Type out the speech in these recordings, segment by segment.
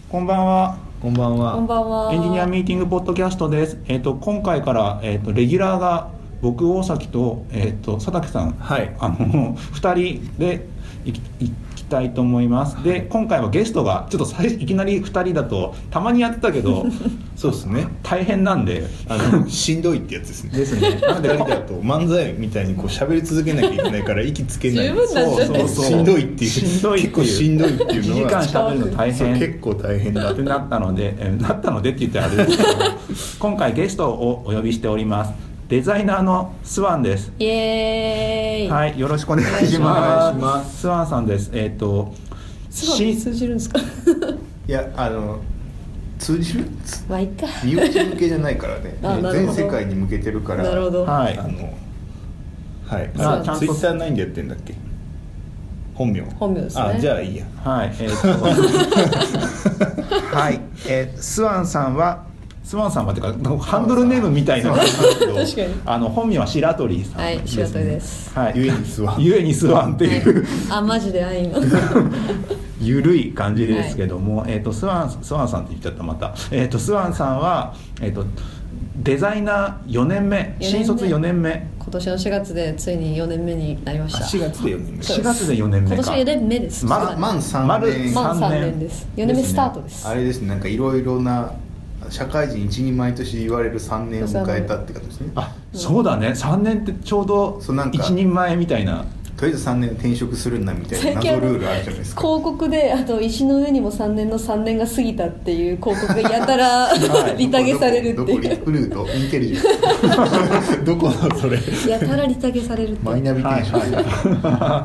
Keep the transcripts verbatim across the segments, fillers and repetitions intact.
こんばんは。 こんばんは。 こんばんは。 エンジニアミーティングポッドキャストです。えっ、と今回から、えー、とレギュラーが僕大崎と、えー、と佐竹さん、 はい、 あのふたりでいきいきたいと思います。で、今回はゲストがちょっとさいきなりふたりだとたまにやってたけどそうですね。 大変なんであのしんどいってやつですね。 ですね。 なんでふたりだと漫才みたいにこう喋り続けなきゃいけないから息つけない。 十分なんじゃないですか。 しんどいっていう。 しんどいっていう結構しんどいっていうのは。 いちじかん喋るの大変。 結構大変だってなったので、えなったのでって言ってあれですけど今回ゲストをお呼びしております。デザイナーのスワンです。 イエーイ。 はい、よろしくお願いします。 お願いします。 スワンさんです。えっ、ー、とスワン通じるんですか？ いや、あの通じる？ まあいいか。 身内向けじゃないからね。全世界に向けてるから。 なるほど。 はい。 あのはい。 あ、ちゃんとツイッターないんでやってんだっけ？本名。 本名ですね。 あ、じゃあいいや。 はい。えー、とはい。えー、スワンさんは。スワンさんはってかハンドルネームみたいなあの本名は白鳥さん、ね、 はい、白鳥です。 はい、 ゆえにスワンゆえにスワンっていう、はい、 あ、マジで愛のゆるい感じですけども、はい、えーとスワンスワンさんって言っちゃったまた、えーとスワンさんはえっ、ー、とデザイナーよねんめ、新卒よねんめ、 今年のしがつでついによねんめになりました。 しがつでよねんめ。 しがつでよねんめか。 今年よねんめです。 ま、 満さんねん。 満さんねんです。よねんめスタートです。 あれですね、なんかいろいろな社会人いちに毎年言われるさんねんを迎えたって形ですね。 あ、そうだね。さんねんってちょうど一人前みたいな。 とりあえずさんねん転職するんだみたいな謎ルールあるじゃないですか。 広告であと石の上にもさんねんのさんねんが過ぎたっていう広告がやたら利下げされるっていう。 どこリクルートインテリジェンスどこのそれ。 やたら利下げされるっていう。 マイナビ転職。はいはい、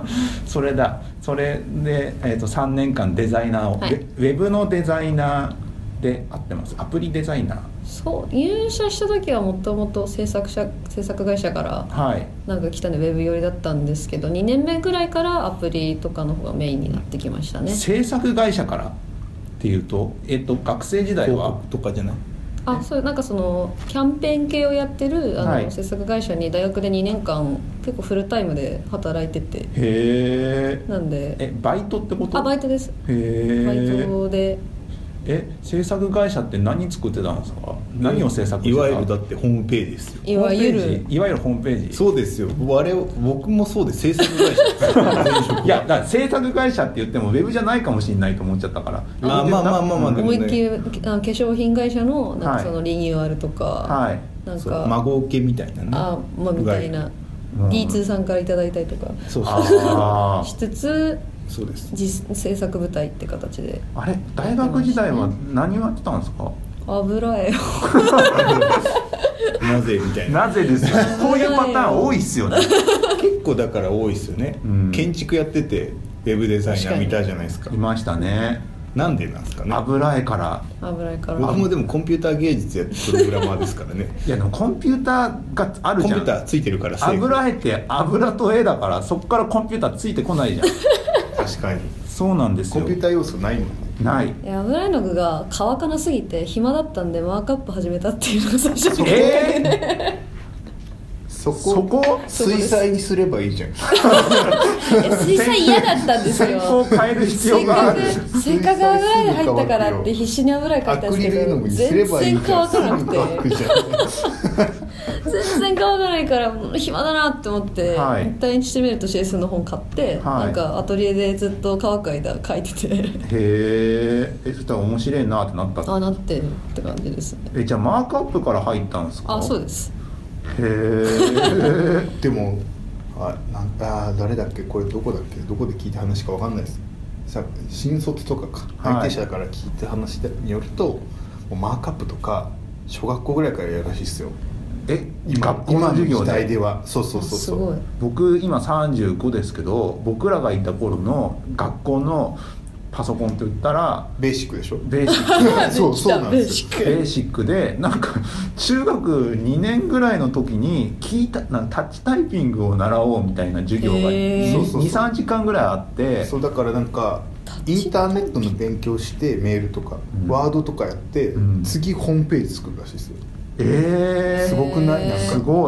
それだ。それで、えー、とさんねんかんデザイナーを、はい、ウェブのデザイナーで合ってます。アプリデザイナー。 そう入社した時はもともと制作者制作会社からなんか来たんでウェブ寄りだったんですけど、にねんめぐらいからアプリとかの方がメインになってきましたね。 制作会社からっていうと、えっと学生時代はとかじゃない。 あ、そうなんかそのキャンペーン系をやってるあの、はい、制作会社に大学でにねんかん結構フルタイムで働いてて。 へえ。 なんでえバイトってこと？ あ、バイトです。 へえ。 バイトで。 え制作会社って何作ってたんですか？何を制作してた？ いわゆるだってホームページですよ。 いわゆるいわゆるホームページ。 そうですよ。あれ僕もそうです。制作会社いやだから制作会社って言ってもウェブじゃないかもしれないと思っちゃったから。 あまあまあまあまあ、思いっきり化粧品会社のなんかそのリニューアルとか、はい、なんか孫受けみたいなね。 あ、まあみたいな ディーツー さんからいただいたりとかそうそうしつつ。 そうです。 実制作部隊って形で。 あれ大学時代は何をやってたんですか？ 油絵をなぜみたいな。 なぜですよ。こういうパターン多いっすよね。 結構だから多いっすよね、うん、建築やっててウェブデザイナー見たじゃないですか。 いましたね。 なんでなんですかね。 油絵から油絵から僕もでもコンピューター芸術やってプログラマーですからね。 いやでもコンピューターがあるじゃん。 コンピューターついてるからセーフ。 油絵って油と絵だからそこからコンピューターついてこないじゃん。 確かにそうなんですよ。 コンピューター要素ないもんね。 ない。 いや油絵の具が乾かなすぎて暇だったんでマークアップ始めたっていうのが最初に。 えーそこそこ水彩にすればいいじゃん。 水彩嫌だったんですよ。 を変える必要がある。 せっかく油絵入ったからって必死に油絵描いたんですけど全然乾かなくて全然乾かないから暇だなって思って、はい、一旦してみると シーエス の本買って、はい、なんかアトリエでずっと乾く間描いてて。 へえ。そしたら面白いなってなった。 あ、なってって感じですね。 え、じゃあマークアップから入ったんですか？ あ、そうです。 へえ。 でもあなんあ誰だっけこれどこだっけどこで聞いた話かわかんないです。さ新卒とかか内定者から聞いた話によると、はい、もうマークアップとか小学校ぐらいからやるらしいですよ。 え学校の授業で。 今の時代ではそうそうそうそう。 僕今さんじゅうごですけど僕らがいた頃の学校のパソコンって言ったらベーシックでしょ。 ベーシックそうそうなんですよ。 ベーシックでなんか中学にねんぐらいの時に聞いたなんかタッチタイピングを習おうみたいな授業がにさんじかんぐらいあって、 そうだからなんかインターネットの勉強してメールとか、うん、ワードとかやって、うん、次ホームページ作るらしいですよ。 えー、 すごくない？なんかすごい。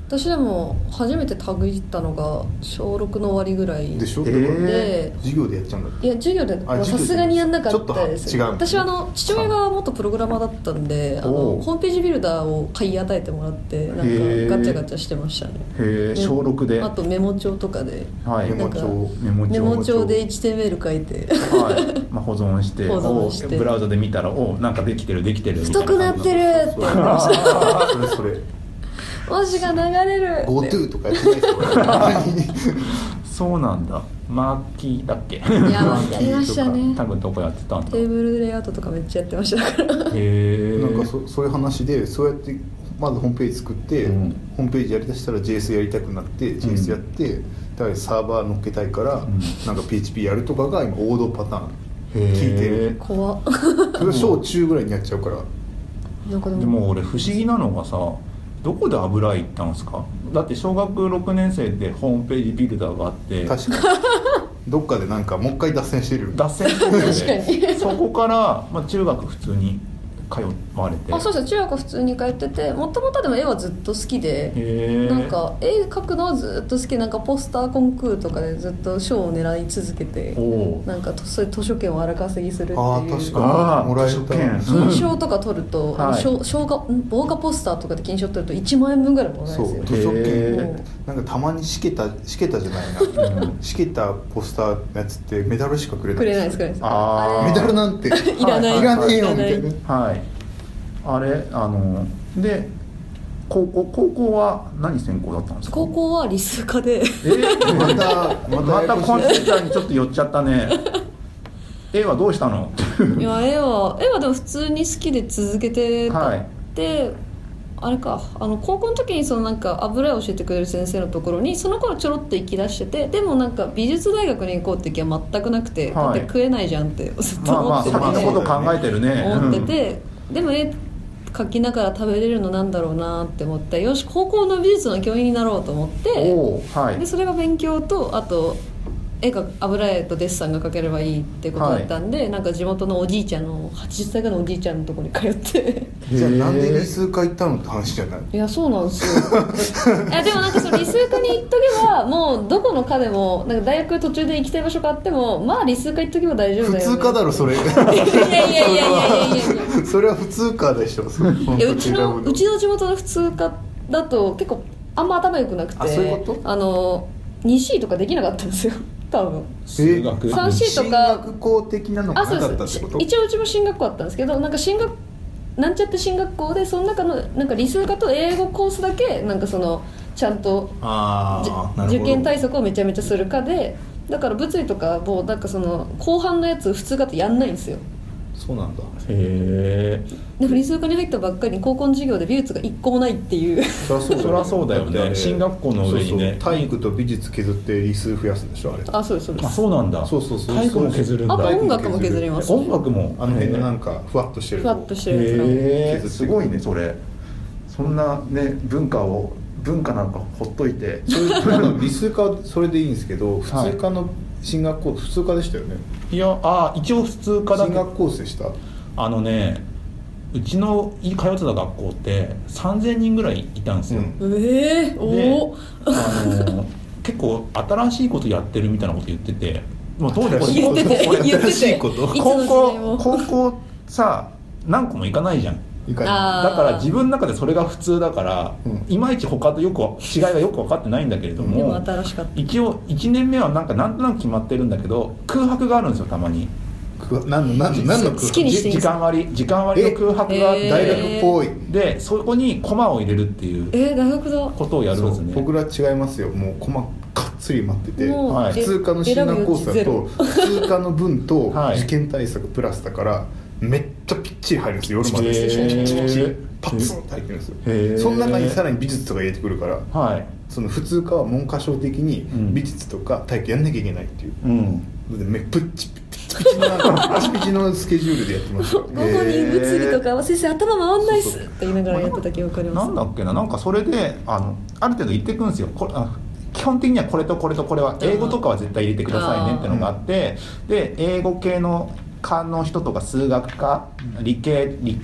私でも初めてタグいったのが小ろくの終わりぐらいでしょ、 で、 えー、授業でやっちゃうんだっけ。 いや授業でさすがにやんなかったですよ。 私はあの父親が元プログラマーだったんで、あのホームページビルダーを買い与えてもらってなんかガチャガチャしてましたね。 へえ、小ろくで。 あとメモ帳とかで、 はい、 メモ帳メモ帳メモ帳で エイチティーエムエル 書いて、 はい、まあ、保存して保存してブラウザで見たらおなんかできてるできてるみたいな。 太くなってるって思いましたそれそれ文字が流れるゴートゥー とかやってないですよそうなんだ。マーキーだっけ。いややりましたね。 多分どこやってたんだ。 テーブルレイアウトとかめっちゃやってましたから。 へえ。 なんか そ, そういう話でそうやってまずホームページ作って、うん、ホームページやりだしたら ジェイエス やりたくなって、うん、ジェイエス やってだからサーバー乗っけたいから、うん、なんか ピーエイチピー やるとかが今王道パターン聞いてる。 怖っ。 それ小中ぐらいにやっちゃうから。 なんかでも、 でも俺不思議なのがさ、どこで油絵行ったんですか。だって小学ろくねん生でホームページビルダーがあって、 確かにどっかでなんかもう一回脱線してる。 脱線してる。そこから、まあ、中学普通に通われて。 あ、そうです。中学普通に通ってて、もともとでも絵はずっと好きで、なんか絵描くのはずっと好き。なんかポスターコンクールとかでずっと賞を狙い続けて、なんかそういう図書券を荒稼ぎするっていう。 あ、確かにもらえた。 金賞とか取ると、 はい、 賞賞が防火ポスターとかで金賞取るといちまんえんぶんぐらいもらえるんですよ。 そう、図書券なんかたまにしけたしけたじゃないな、うん、しけたポスターのやつってメダルしかくれない。 くれないですくれないです。 あメダルなんていらないいらねえよみたいな。 はい。あれあので高校高校は何専攻だったんですか。 高校は理数科で。 えー、またまたコンピューターにちょっと寄っちゃったね。絵はどうしたの。 いや絵は絵はでも普通に好きで続けてた、はい、であれかあの高校の時にそのなんか油絵を教えてくれる先生のところにその頃ちょろっと行き出してて、でもなんか美術大学に行こうって気は全くなくて、はい、だって食えないじゃんってずっと思ってて、 まあまあ先のこと考えてるね思ってて、うん、でも絵描きながら食べれるのなんだろうなって思って、よし高校の美術の教員になろうと思って、はい、でそれが勉強とあと絵が油絵とデッサンが描ければいいってことだったんで、はい、なんか地元のおじいちゃんのはちじゅっさいぐらいのおじいちゃんのところに通ってじゃあなんで理数科行ったのって話じゃない。 いやそうなんですよいやでもなんかその理数科に行っとけばもうどこの科でもなんか大学途中で行きたい場所があってもまあ理数科行っとけば大丈夫だよ、ね、 普通科だろそれいやいやいやいやいやいやいやそれは普通科でしょ。 いやうちのうちの地元の普通科だと結構あんま頭良くなくて、 あそういうこと、 あの にシー とかできなかったんですよ多分。 数学さんシー とか進学校的なのがなかったってこと。 一応うちも進学校あったんですけど、なんか進学なんちゃって進学校でその中のなんか理数科と英語コースだけなんかそのちゃんとあ受験対策をめちゃめちゃする科で、だから物理とかもうなんかその後半のやつ普通科ってやんないんですよ。 そうなんだ。 へえ。 でも理数科に入ったばっかりに高校の授業で美術が一個もないっていう。 そりゃそうだよ、 そりゃそうだよね。進学校の上にね、 そうそう体育と美術削って理数増やすんでしょあれ。 あ、そうですそうです。 あ、そうなんだ。 そうそうそう。 体育も削るんだ。 あと音楽も削ります。 音楽もあの辺のなんかふわっとしてる。 ふわっとしてるやつが。 へえ。すごいねそれ。そんなね文化を文化なんかほっといて。 理数科それでいいんですけど、普通科の進学校普通科でしたよね。 いやあ一応普通科だけど。 進学コースでした。 あのね、うちの通ってた学校ってさんぜんにんぐらいいたんですよ、 うん、えー、おあの結構新しいことやってるみたいなこと言ってて、もう当時これ言ってて言ってて新しいこと高校高校さ何個も行かないじゃん。 だから自分の中でそれが普通だから、うん、いまいち他とよく違いがよく分かってないんだけれども、 でも新しかった。 一応いちねんめはなんかなんとなく決まってるんだけど空白があるんですよたまに。 何の何の何の空白。 時間割り時間割りの空白があって、 大学っぽいでそこにコマを入れるっていうえー、大学だことをやるんですね。 僕ら違いますよ。もうコマかっつり待ってて、 はい、 普通科の進学コースだと普通科の分と受験対策プラスだからめっちゃぴっちり入るんですよ。夜までパツンと入ってるんですよ。その中にさらに美術とか入れてくるから、はい、その普通科は文科省的に美術とか体育やんなきゃいけないっていう、うん、でめっぷっちピチピチのピチピチのスケジュールでやってますよ。 午後に物理とかは先生頭回んないっすって言いながらやってた記憶あります。 なんだっけな、なんかそれであのある程度言ってくんですよ。これあ基本的にはこれとこれとこれは英語とかは絶対入れてくださいねってのがあって、で英語系の科の人とか数学科理系理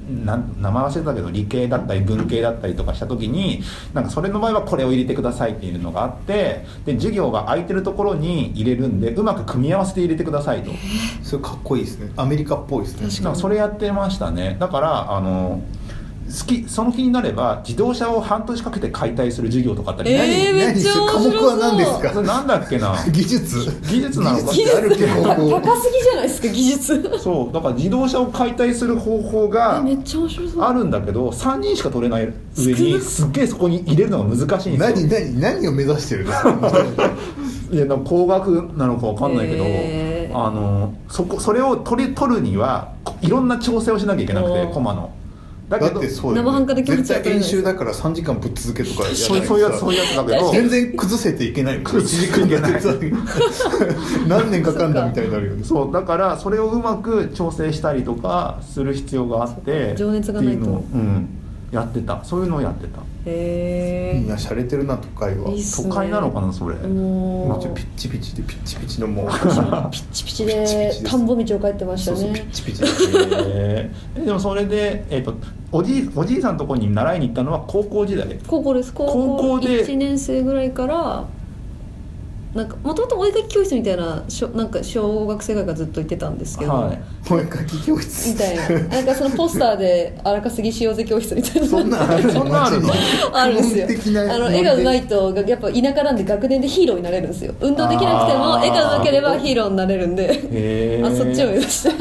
なん名前忘れたけど理系だったり文系だったりとかした時になんかそれの場合はこれを入れてくださいっていうのがあって、で授業が空いてるところに入れるんでうまく組み合わせて入れてくださいと。 それかっこいいですね。アメリカっぽいですね。 なんかそれやってましたね。だからあの好きその気になれば自動車を半年かけて解体する授業とかあったり、 えー、めっちゃ面白そう。 科目は何ですか？ それなんだっけな技術技術なのか技術あるけど高すぎじゃないですか技術。 そうだから自動車を解体する方法がめっちゃ面白そうあるんだけどさんにんしか取れない上にすっげえそこに入れるのが難しいんですよ。 何何何を目指してるんですか？ いやなんか工学なのか分かんないけど、 えー、 あの そ, こそれを取り取るにはいろんな調整をしなきゃいけなくてコマのだけどだってそうだよ、ね、 生半可で気持ち悪い絶対演習だからさんじかんぶっ続けとかやらないそうそういうやつそういうやつだけど全然崩せていけない崩せていけない何年かかんだみたいになるよね。 そうだからそれをうまく調整したりとかする必要があって情熱がないとっていうのを、うん、やってたそういうのをやってた。 へえ。 みんな洒落てるな都会は。 いいっすね、 都会なのかなそれ。 もうピッチピチでピッチピチのもうピッチピチで田んぼ道を帰ってましたね。 そうそうピッチピチで、 えー、でもそれで、えー、とおじいおじいさんのところに習いに行ったのは高校時代。 高校です。高校いちねん生ぐらいからなんかもともとお絵描き教室みたいなしょなんか小学生がずっと行ってたんですけど、はい、 お絵描き教室みたいななんかそのポスターで荒稼ぎしようぜ教室みたいなそんなあるそんなあるのあるんですよ。あの絵が上手いとやっぱ田舎なんで学年でヒーローになれるんですよ。運動できなくても絵が上手ければヒーローになれるんであそっちを目指して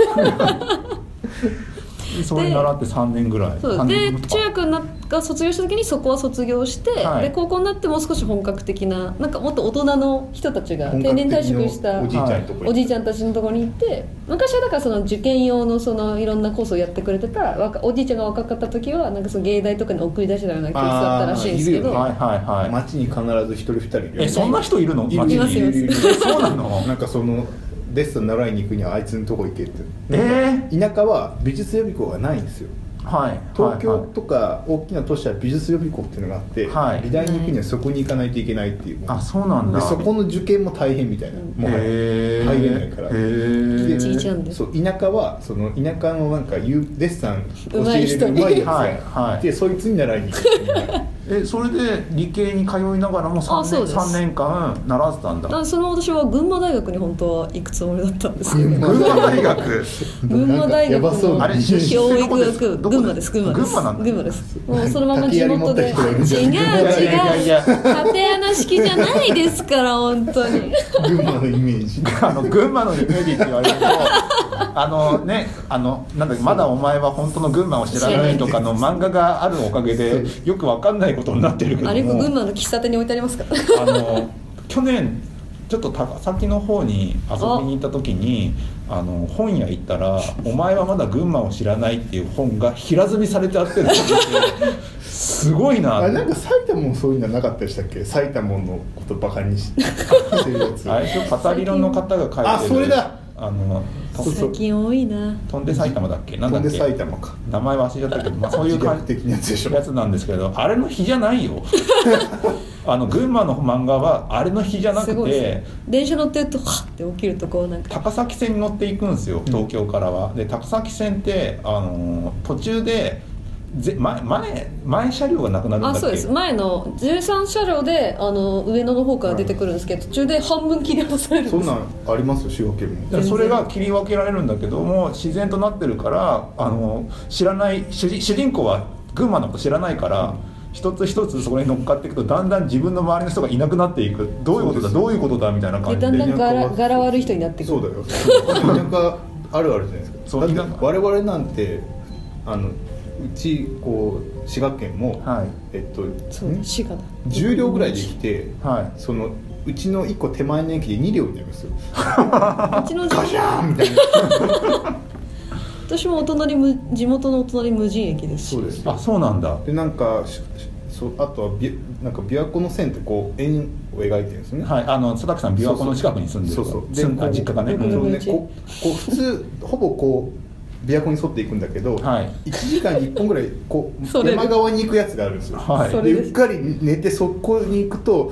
それ習ってさんねんぐらい。 そうで中学が卒業した時にそこは卒業して、はい、で高校になってもう少し本格的ななんかもっと大人の人たちが定年退職したおじいちゃんとこおじいちゃんたちのところに行って、昔はだからその受験用のそのいろんなコースをやってくれてたおじいちゃんが若かった時はなんかその芸大とかに送り出したような教室だったらしいんですけど、 はいはいはい、 街に必ず一人二人いる。 えそんな人いるの？ いますいます。 そうなの？ なんかそのレッスン習いに行くにはあいつのとこ行けって。 えー、 田舎は美術予備校がないんですよ。 はい、 東京とか大きな都市は美術予備校っていうのがあって、はい、美大に行くにはそこに行かないといけないっていう。 あ、そうなんだ。 でそこの受験も大変みたいな、もはや入れないから。 でそう田舎はその田舎のなんかデッサン教えれるうまいやつがいて、そいつに習いに行く。 えそれで理系に通いながらもさんねん、さんねんかん習ってたんだ。 だその私は群馬大学に本当は行くつもりだったんですけど群馬大学群馬大学のあれ教育学群馬です群馬です群馬なんだ。 群馬ですもうそのまま地元で違う違う家庭式じゃないですから本当に群馬のイメージあの群馬のイメージって言われるとあのねあのなんだっけまだお前は本当の群馬を知らないとかの漫画があるおかげでよくわかんないことになってるけども、 あれ群馬の喫茶店に置いてありますかあの去年ちょっと高崎の方に遊びに行った時にあの本屋行ったら「お前はまだ群馬を知らない」っていう本が平積みされてあってるんですごいな。 あれなんか埼玉もそういうのなかったでしたっけ？埼玉のことバカにしてるやつ。 あれパタリロンの方が書いてる。 あそれだ。 あの最近多いな。 飛んで埼玉だっけ？なんだっけ？ 飛んで埼玉か。 名前忘れちゃったけど、まあそういう感じ的なやつでしょ。 やつなんですけど、あれの日じゃないよ。あの群馬の漫画はあれの日じゃなくて、 電車乗ってるとはって起きるとこうなんか高崎線に乗っていくんですよ。東京からは。で高崎線ってあの途中でぜ 前, 前, 前車両がなくなるんだっけ？ あそうです。前のじゅうさん車両であの上野の方から出てくるんですけど、途中で半分切り離されるんです。 そんなんありますよ仕分けも。 それが切り分けられるんだけども自然となってるからあの知らない主人、主人公は群馬のこと知らないから、うん、一つ一つそこに乗っかっていくとだんだん自分の周りの人がいなくなっていく。どういうことだどういうことだみたいな感じでだんだん柄柄悪い人になっていく。 そうだよ。田舎あるあるじゃないですか。そうだって我々なんてあのうちこう滋賀県も、はい、えっとそう滋賀だじゅう両ぐらいで来て、はい、そのうちのいっこ手前の駅でに両になりますよ。 うちのガシャーンみたいな。 私もお隣む地元のお隣無人駅ですし。 そうです。 あそうなんだ。 でなんかそあとはびなんか琵琶湖の線ってこう円を描いてるんですよね。 はい、あの佐竹さん琵琶湖の近くに住んでる。 そうそう。 で実家がね。 そうねここう普通ほぼこう。琵琶湖に沿っていくんだけど、はい、いちじかんにいっぽんぐらいこう山側に行くやつがあるんですよ、はい、でゆっかり寝てそこに行くと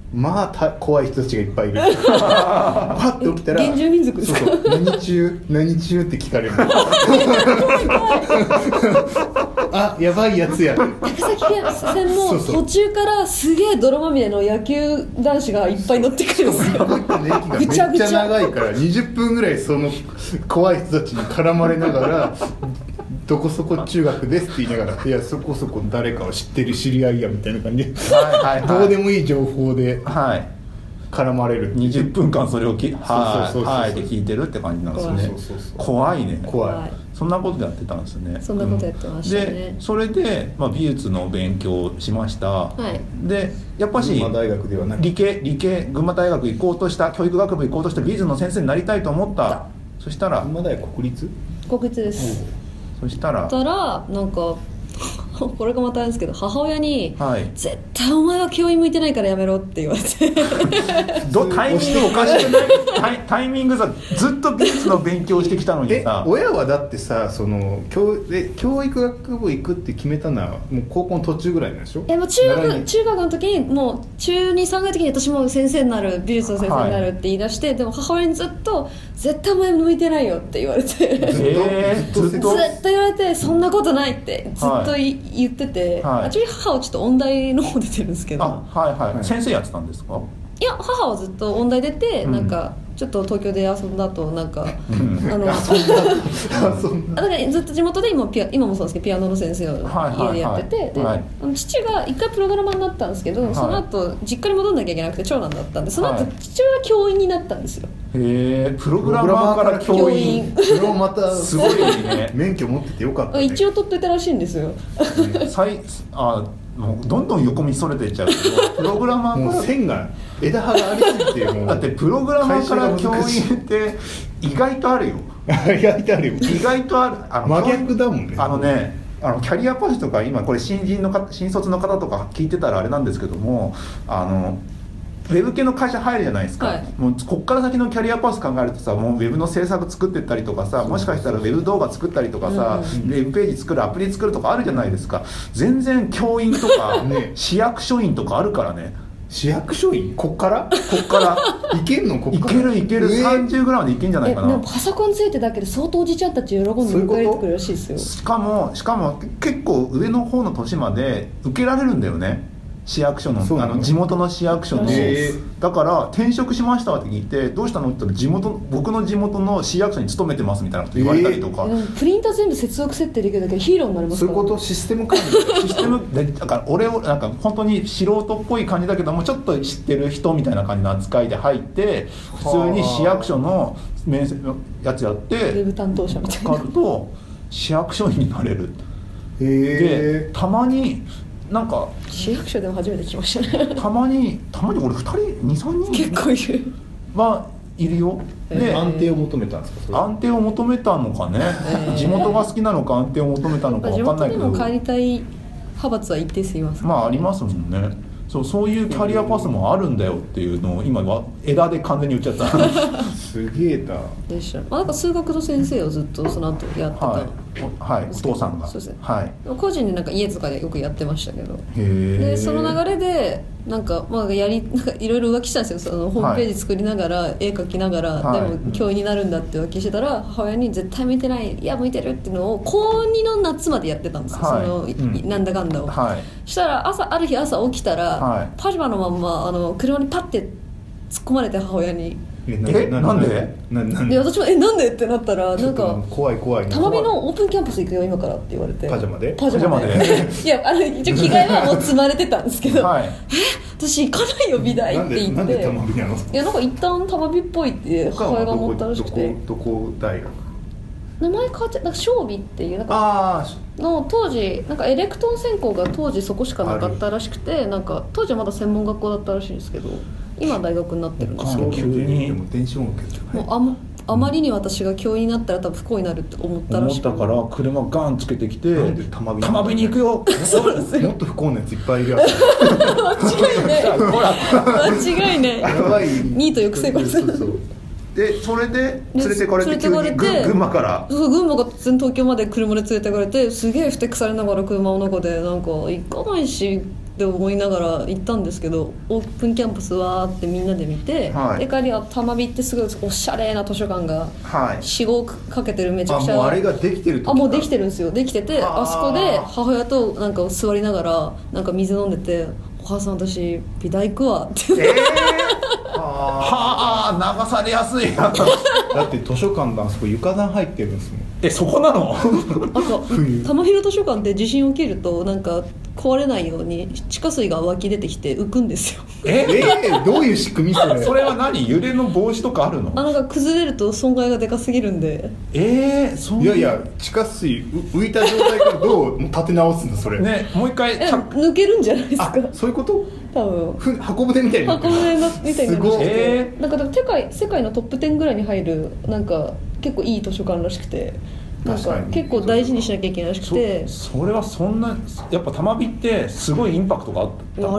まあた怖い人たちがいっぱいいるパッて起きたら原住民族ですか？ そうそう何中何中って聞かれるあやばいやつや高崎線も途中からすげえ泥まみれの野球男子がいっぱい乗ってくるんですよ。 めっちゃ長いからにじゅっぷんぐらいその怖い人たちに絡まれながらどこそこ中学ですって言いながらいやそこそこ誰かを知ってる知り合いやみたいな感じで、はいはいはい、どうでもいい情報で絡まれる、 にじゅっぷんかんそれをきはいはいって聞いてるって感じなんですね。 そうそうそう怖いね。 怖い。 そんなことやってたんですね。 そんなことやってましたね。 でそれで、まあ、美術の勉強をしました、 はい、 でやっぱし群馬大学ではなく理系理系群馬大学行こうとした教育学部行こうとした美術の先生になりたいと思った。そしたら群馬大学国立国立です。 そしたらたらなんかこれがまたあるんですけど母親に、はい、絶対お前は教員向いてないからやめろって言われてどタイミングおかしくないタイ、タイミングさずっと美術の勉強してきたのにさ親はだってさその 教, で教育学部行くって決めたのはもう高校の途中ぐらいなんでしょ。 えもう中学中学の時にもう中にさんぐらいの時に私も先生になる美術の先生になるって言い出して、はい、でも母親にずっと絶対お前向いてないよって言われてえー、ずっとずっと言われてそんなことないってずっと言、はい言ってて、はい、あちら母はちょっと音大の方出てるんですけど、 あ、はいはいはい、先生やってたんですか？ いや母はずっと音大出て、うん、なんかちょっと東京で遊んだとなんか、うん、あのだからずっと地元で 今, ピア今もそうですけどピアノの先生を家でやってて、はいはいはい、で、はい、あの父が一回プログラマーになったんですけど、はい、その後実家に戻んなきゃいけなくて長男だったんでその後、はい、父親が教員になったんですよ。 へえ、プログラマーから教員それもまたすごいね免許持っててよかった、ね、 一応取っといたらしいんですよ最あもうどんどん横道それていっちゃうけどプログラマーからもう線が枝葉がありすぎてもうだってプログラマーから教員って意外とあるよ意外とあるよ意外とあるあの真逆だもんね。 あのねあのキャリアパスとか今これ新人の方新卒の方とか聞いてたらあれなんですけどもあのウェブ系の会社入るじゃないですか、はい、もうこっから先のキャリアパス考えるとさもうウェブの制作作ってったりとかさもしかしたらウェブ動画作ったりとかさ、うん、ウェブページ作るアプリ作るとかあるじゃないですか。全然教員とか、ね、市役所員とかあるからね。 市役所員こっからこっからいけんのこっからいけるいける、えー、さんじゅうグラムでいけんじゃないかな。 でもパソコンついてだけで相当おじちゃんたち喜んで迎え入れてくるらしいですよ。 しかもしかも結構上の方の年まで受けられるんだよね市役所 の, あの地元の市役所の、えー、だから転職しましたって聞いてどうしたのって言ったら地元僕の地元の市役所に勤めてますみたいなこと言われたりとか、えー、プリンター全部接続設定できるだけでヒーローになりますから。 そういうことシステム管理システムでだから俺をなんか本当に素人っぽい感じだけどもちょっと知ってる人みたいな感じの扱いで入って普通に市役所の面接のやつやってウェブ担当者みたいなかかると市役所員になれる。 へーでたまになんか市役所でも初めて聞きましたねたまにたまに俺ふたり にさんにん結構いるはいるよ。 で安定を求めたんですか？それ安定を求めたのかね、えー、地元が好きなのか安定を求めたのか分かんないけど地元でも帰りたい派閥は一定数います、ね、 まあありますもんね。そう、そういうキャリアパスもあるんだよっていうのを今は枝で完全に言っちゃったすげえなでした、まあ、なんか数学の先生をずっとその後やってた、 はい、はい、お父さんがそうですね、 はい、 個人でなんか家とかでよくやってましたけどへでその流れでなんかまあやりなんかいろいろ浮気したんですよ。そのホームページ作りながら、はい、絵描きながら、はい、でも教員になるんだって浮気してたら母親に絶対向いてないいや向いてるっていうのを高にの夏までやってたんですよ、はい、その、うん、なんだかんだを、はい、したら朝ある日朝起きたら、はい、パジャマのまんまあの車にパッて突っ込まれて母親にえなんでなんで私もえなんでってなったらなんか怖い怖いたまびのオープンキャンパス行くよ今からって言われてパジャマでパジャマでいやあの一応着替えはもう積まれてたんですけど、はい、え私行かないよ美大って言ってなんでたまびなのいやなんか一旦たまびっぽいって母親が思ったらしくてどこどこ大学名前変わっちゃなんか小美っていうなんかの当時なんかエレクトーン専攻が当時そこしかなかったらしくてなんか当時はまだ専門学校だったらしいんですけど今大学になってるんですけど急にでも電子音楽じゃないもうあんあまりに私が教員になったら多分不幸になるって思ったらしく思ったから車ガンつけてきて玉火玉火に行くよそうですよもっと不幸なやついっぱいいるやつ間違いない間違いないニート抑制からそうそうそうでそれで連れてかれて急に群馬からそう群馬が突然東京まで車で連れてかれてすげえふてくされながら車の中でなんか行かないしって思いながら行ったんですけど、オープンキャンパスわーってみんなで見て、はい、で帰りはたまびってすごいおしゃれな図書館が よんご かけてるめちゃくちゃ、 あもうあれができてる時あもうできてるんですよ。できてて、あそこで母親となんか座りながらなんか水飲んでて、お母さん私美大行くわって言って、 えー、はあ流されやすいだって図書館のあそこ床暖入ってるんですもん。 えそこなのあと玉広図書館って地震起きるとなんか壊れないように地下水が湧き出てきて浮くんですよ。 ええー、どういう仕組みそれそれは何揺れの防止とかあるの？ あなんか崩れると損害がでかすぎるんで。 えー、そういやいや地下水浮いた状態からどう立て直すんだそれねもう一回抜けるんじゃないですか。 そういうこと？ 多分箱舟みたいに箱舟みたいになってて、 えー、 なんか世界世界のトップじゅうぐらいに入るなんか結構いい図書館らしくて、なんか結構大事にしなきゃいけないらしくて、 そ, それはそんなやっぱ玉美ってすごいインパクトがあった。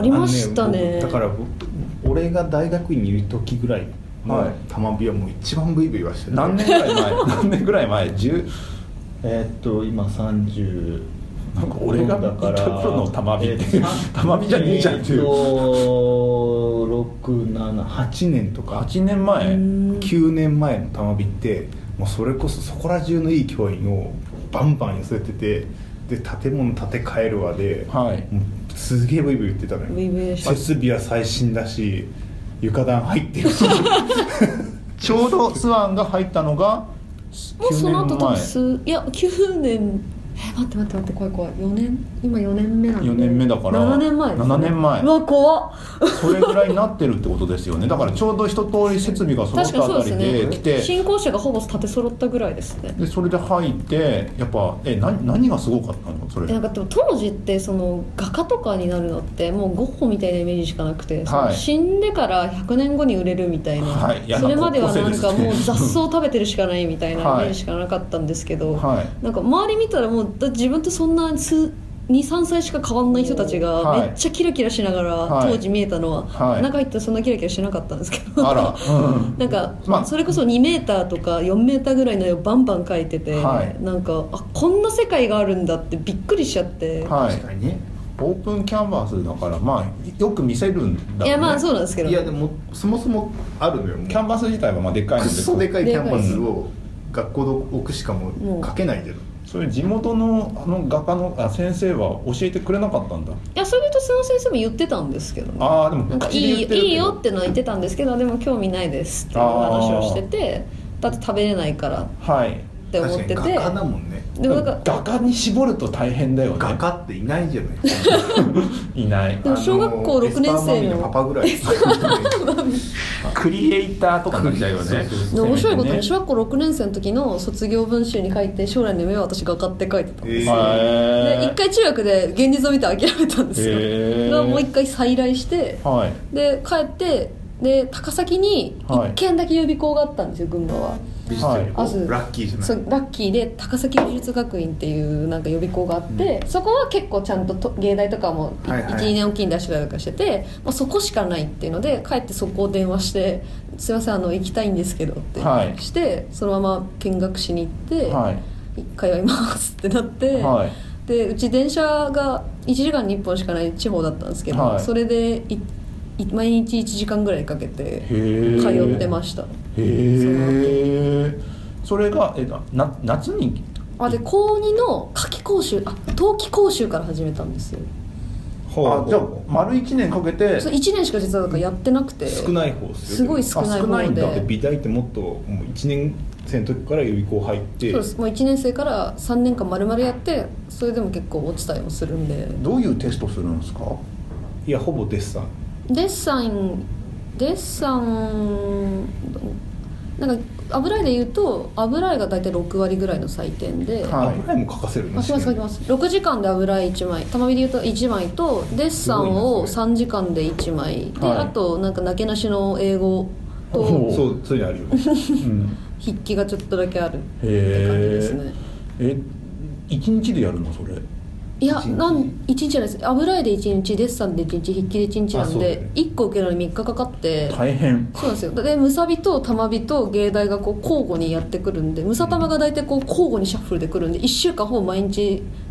ありましたね。 だから俺が大学院にいる時ぐらいの玉美はもう一番ブイブイはしてる。 何年ぐらい前何年ぐらい前じゅうえー、っと今さんじゅうなんか俺がだからの玉美って玉美じゃねえじゃんっていう、 ろく、なな、はちねんとかはちねんまえきゅうねんまえの玉美ってもうそれこそそこら中のいい教員をバンバン寄せてて、で建物建て替えるわで、はい、もうすげえブイブイ言ってたのよ。 ブイブイでした。 設備は最新だし床暖入ってるしちょうどスワンが入ったのがもうその後多分いやきゅうねんえ待って待って待って怖い怖いよねん今よねんめなんでよねんめだからななねんまえです、ね、 ななねんまえ。 うわ怖っそれぐらいになってるってことですよね。だからちょうど一通り設備が揃ったあたりで来て、 ね、新校舎がほぼ立て揃ったぐらいですね。 でそれで入ってやっぱえな何がすごかったのそれ。 なんかでも当時ってその画家とかになるのってもうゴッホみたいなイメージしかなくて、はい、死んでからひゃくねんごに売れるみたいな、はい、それまではなんかもう雑草食べてるしかないみたいなイメージしかなかったんですけど、はい、なんか周り見たらもう自分とそんなに、さんさいしか変わんない人たちがめっちゃキラキラしながら、はい、当時見えたのは、はい、中入ったらそんなキラキラしなかったんですけど、あら、うん、なんか、まあ、それこそにメーターとかよんメーターぐらいの絵をバンバン描いてて、はい、なんかあこんな世界があるんだってびっくりしちゃって、 はい、確かにねオープンキャンバスだからまあよく見せるんだろうね。 いやまあそうなんですけど、 いやでもそもそもあるのよ。 キャンバス自体はまあでっかいのでクソでかいキャンバスを学校で置くしかも書けないでる。 それ地元のあの画家のあ先生は教えてくれなかったんだ。いやそれとその先生も言ってたんですけどね。 ああでもなんかいい、いいよってのは言ってたんですけど、でも興味ないですっていう話をしてて、だって食べれないからって思ってて、 はい、画家だもんね。 でもなんか画家に絞ると大変だよね。 画家っていないじゃないいない。 でも小学校ろくねん生のパパぐらいクリエイターとかになっちゃうよね。 で面白いことに小学校ろくねん生の時の卒業文集に書いて将来の夢は私画家って書いてたんですよ、えー、で一回中学で現実を見て諦めたんですよ、えー、もう一回再来して、はい、で帰ってで高崎に一軒だけ予備校があったんですよ、群馬は。 はい、まずラッキーじゃない。 そうラッキーで高崎美術学院っていうなんか予備校があって、うん、そこは結構ちゃんとと芸大とかも いち,、はいはい、いちにねんおきに出してたりとかしてて、まあ、そこしかないっていうので帰ってそこを電話して「すいませんあの行きたいんですけど」ってして、はい、そのまま見学しに行って、はい、通いますってなって、はい、でうち電車がいちじかんにいっぽんしかない地方だったんですけど、はい、それでい毎日いちじかんぐらいかけて通ってました。 へえ。それがえな夏にあでこうにの夏季講習あ冬季講習から始めたんですよ。 あじゃあ丸いちねんかけてそういちねんしか実はだからやってなくて少ない方ですよ。 すごい少ない方で。 だって美大ってもっともういちねん生の時から予備校入ってそうですもういちねん生からさんねんかん丸々やってそれでも結構落ちたりもするんで。 どういうテストするんですか？ いやほぼデッサンデッサンデッサンなんか油絵で言うと油絵が大体ろくわりぐらいの採点で、 はい、油絵も描かせるんですね。書きますろくじかんで油絵いちまい玉美で言うといちまいとデッサンをさんじかんでいちまいで、はい、あとなんかなけなしの英語とそうそういうのあるよね、 うん、筆記がちょっとだけあるって感じですね。 えいちにちでやるのそれ？ いやなんいちにちじゃないです。油絵でいちにちデッサンでいちにち筆記でいちにちなんで、ね、いっこ受けるのにみっかかかって大変。 そうなんですよ。でムサビと玉美と芸大がこう交互にやってくるんでムサ玉が大体こう交互にシャッフルでくるんでいっしゅうかんほぼ毎日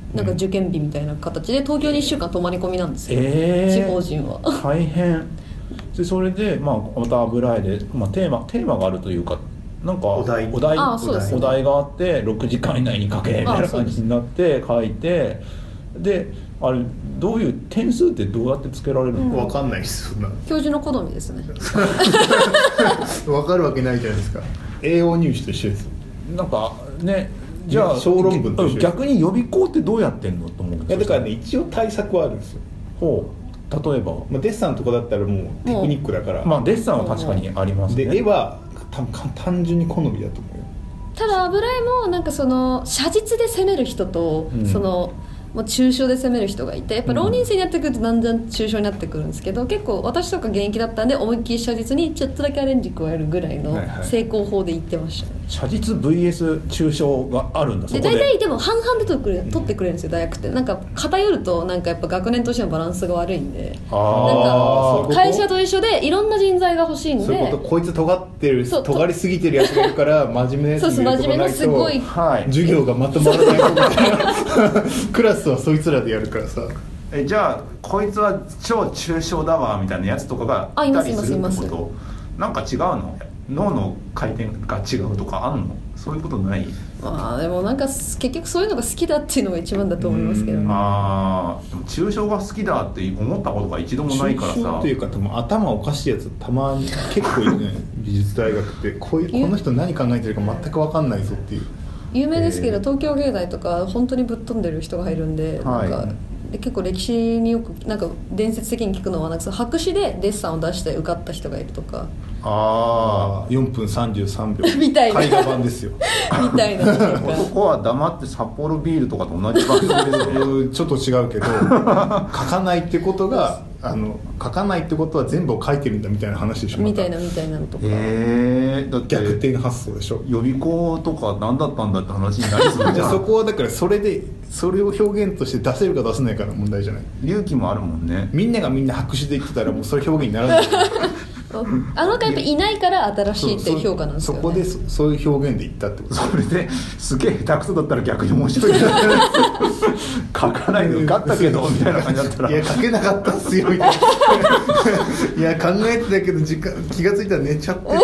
なんか受験日みたいな形で東京にいっしゅうかん泊まり込みなんですよ、 えー、 地方人は大変で、それで、まあ、また油絵で、まあ、テーマテーマがあるというか、なんかお題お題、 あ、そうですね、 お題があってろくじかん以内に書けみたいな感じになって書いて、であれどういう点数ってどうやってつけられるの？ 分かんないですそんな教授の好みですね分かるわけないじゃないですか。栄養入試と一緒です。 なんかね、じゃあ小論文と一緒です。 逆に予備校ってどうやってんのと思う。 いやだからね、一応対策はあるんですよ。 ほう、例えば、 まあ、デッサンとかだったらもうテクニックだから、 まあデッサンは確かにありますね。 で絵は多分単純に好みだと思うよ。 ただ油絵もなんかその写実で攻める人と、うん、そのもう抽象で攻める人がいて、やっぱ浪人生になってくるとだんだん抽象になってくるんですけど、結構私とか現役だったんで思いっきり写実にちょっとだけアレンジ加えるぐらいの成功法で言ってましたね、 はいはい、写実 ブイエス 抽象があるんだ。そこで大体でも半々で取ってくれ、取ってくれるんですよ大学って。なんか偏るとなんかやっぱ学年としてのバランスが悪いんで、あなんか会社と一緒でいろんな人材が欲しいんで、 そういうこと、こいつ尖ってる尖りすぎてるやつがいるから真面目なやつに入れてこないと授業がまとまらないみたいなクラスはそいつらでやるからさ。 えじゃあこいつは超抽象だわみたいなやつとかがいたりするってこと？なんか違うの？脳の回転が違うとかあんの？そういうことない？ まあでもなんか結局そういうのが好きだっていうのが一番だと思いますけどね。 ああ、でも抽象が好きだって思ったことが一度もないからさ。 抽象というか、頭おかしいやつたまに結構いるね美術大学ってこういうこの人何考えてるか全く分かんないぞっていう。 有名ですけど、東京芸大とか本当にぶっ飛んでる人がいるんで、はい、なんかで結構歴史によくなんか伝説的に聞くのはなんかその白紙でデッサンを出して受かった人がいるとか。 ああ、よんぷんさんじゅうさんびょうみたいな絵画版ですよみたいな男は黙って札幌ビールとかと同じ番組でちょっと違うけど書かないってことがあの書かないってことは全部を書いてるんだみたいな話でしょ。 みたいなみたいなのとか、 えー、だって逆転発想でしょ。 予備校とか何だったんだって話になりそうじゃんそこはだからそれでそれを表現として出せるか出せないかの問題じゃない。 勇気もあるもんね。 みんながみんな白紙で言ってたらもうそれ表現にならないあの子やっぱいないから新しいっていう評価なんですよね。 そこで そ, そういう表現で言ったってこと。 それですげえ下手くそだったら逆に面白い書かないで受かったけどみたいな感じだったらいや書けなかったっすよみたいないや考えてたけど時間気がついたら寝ちゃって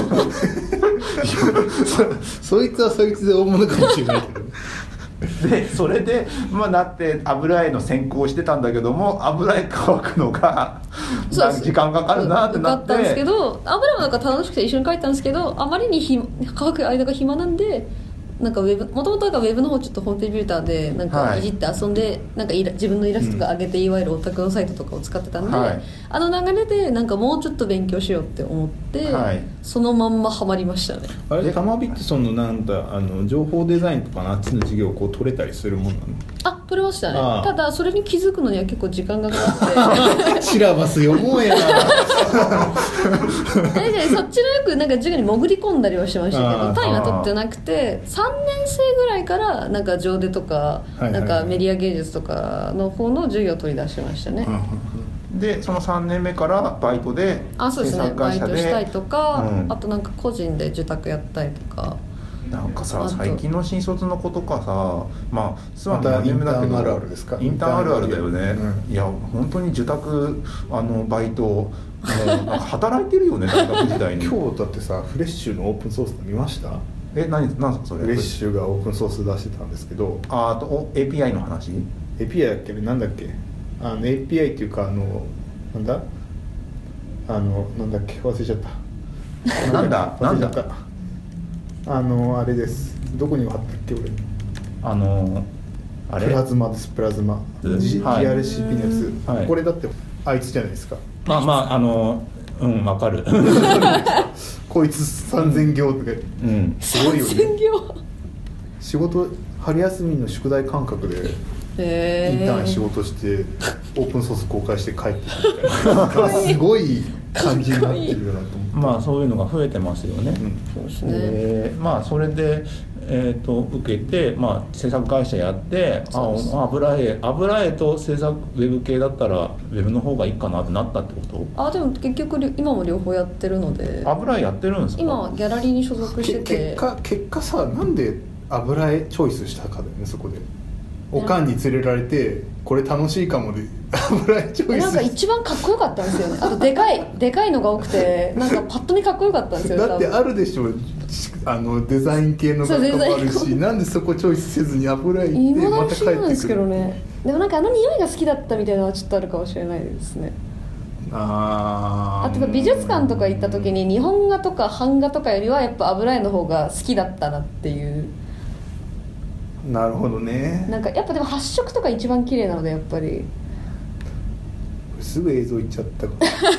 そ, そいつはそいつで大物かもしれないけどでそれで、まあ、なって油絵の専攻してたんだけども油絵乾くのが時間かかるなってなって、 受かったんですけど油絵もなんか楽しくて一緒に描いたんですけど、あまりにひ乾く間が暇なんでなんかウェブもともとウェブの方ちょっとホームペーターでなんかいじって遊んで、はい、なんかイラ自分のイラストとか上げて、うん、いわゆるオタクのサイトとかを使ってたんで、はい、あの流れでなんかもうちょっと勉強しようって思って、はい、そのまんまハマりましたね。 あれたまびってそのなんだあの情報デザインとかのあっちの授業をこう取れたりするもんなの？ あ、取れましたね。ただそれに気づくのには結構時間がかかってシラバス読もうやなそっちのよくなんか授業に潜り込んだりはしましたけど単位は取ってなくて、さんねん生ぐらいからなんか上デとか、なんかメディア芸術とかの方の授業を取り出しましたね。 でそのさんねんめからバイトであそうですねバイトしたりとか、うん、あとなんか個人で受託やったりとか。 なんかさ最近の新卒の子とかさ、まあスワンのインターンあるあるですか？ インターンあるあるだよね、うん、いや本当に受託あのバイトもうなんか働いてるよね大学時代に今日だってさフレッシュのオープンソース見ました？ え何何すかそれ？ フレッシュがオープンソース出してたんですけど、 ああと エーピーアイ の話？ エーピーアイ だっけなんだっけあの エーピーアイ っていうかあのなんだあのなんだっけ忘れちゃったなんだ忘れちゃったあのあれですどこに貼ったっけ俺あのあれプラズマですプラズマ ジーアールシーピー のやつ、はい、これだってあいつじゃないですか。 まあまああのうんわかるこいつさんぜん行とか、うん、すごいよね。さんぜん行仕事春休みの宿題感覚でインターン仕事してオープンソース公開して帰ってくるみたいなすごい感じになってるよなと思って。 まあそういうのが増えてますよね、うん、そうですね、えー、まあそれで、えー、と受けて、まあ、制作会社やってあ油絵油絵と制作ウェブ系だったらウェブの方がいいかなってなったってこと？ あでも結局今も両方やってるので。 油絵やってるんですか？ 今はギャラリーに所属してて結果結果さなんで油絵チョイスしたかだよねそこで。 おかんに連れられてこれ楽しいかもで油絵チョイスなんか一番かっこよかったんですよね。あとでかいでかいのが多くてなんかパッと見かっこよかったんですよ。 だってあるでしょ、あのデザイン系の学科もあるし、なんでそこチョイスせずに油絵行ってまた帰ってくる。なんですけどね。でもなんかあの匂いが好きだったみたいなのはちょっとあるかもしれないですね。ああと美術館とか行った時に日本画とか版画とかよりはやっぱ油絵の方が好きだったなっていう。 なるほどね。 なんかやっぱでも発色とか一番綺麗なのでやっぱりすぐ映像いっちゃった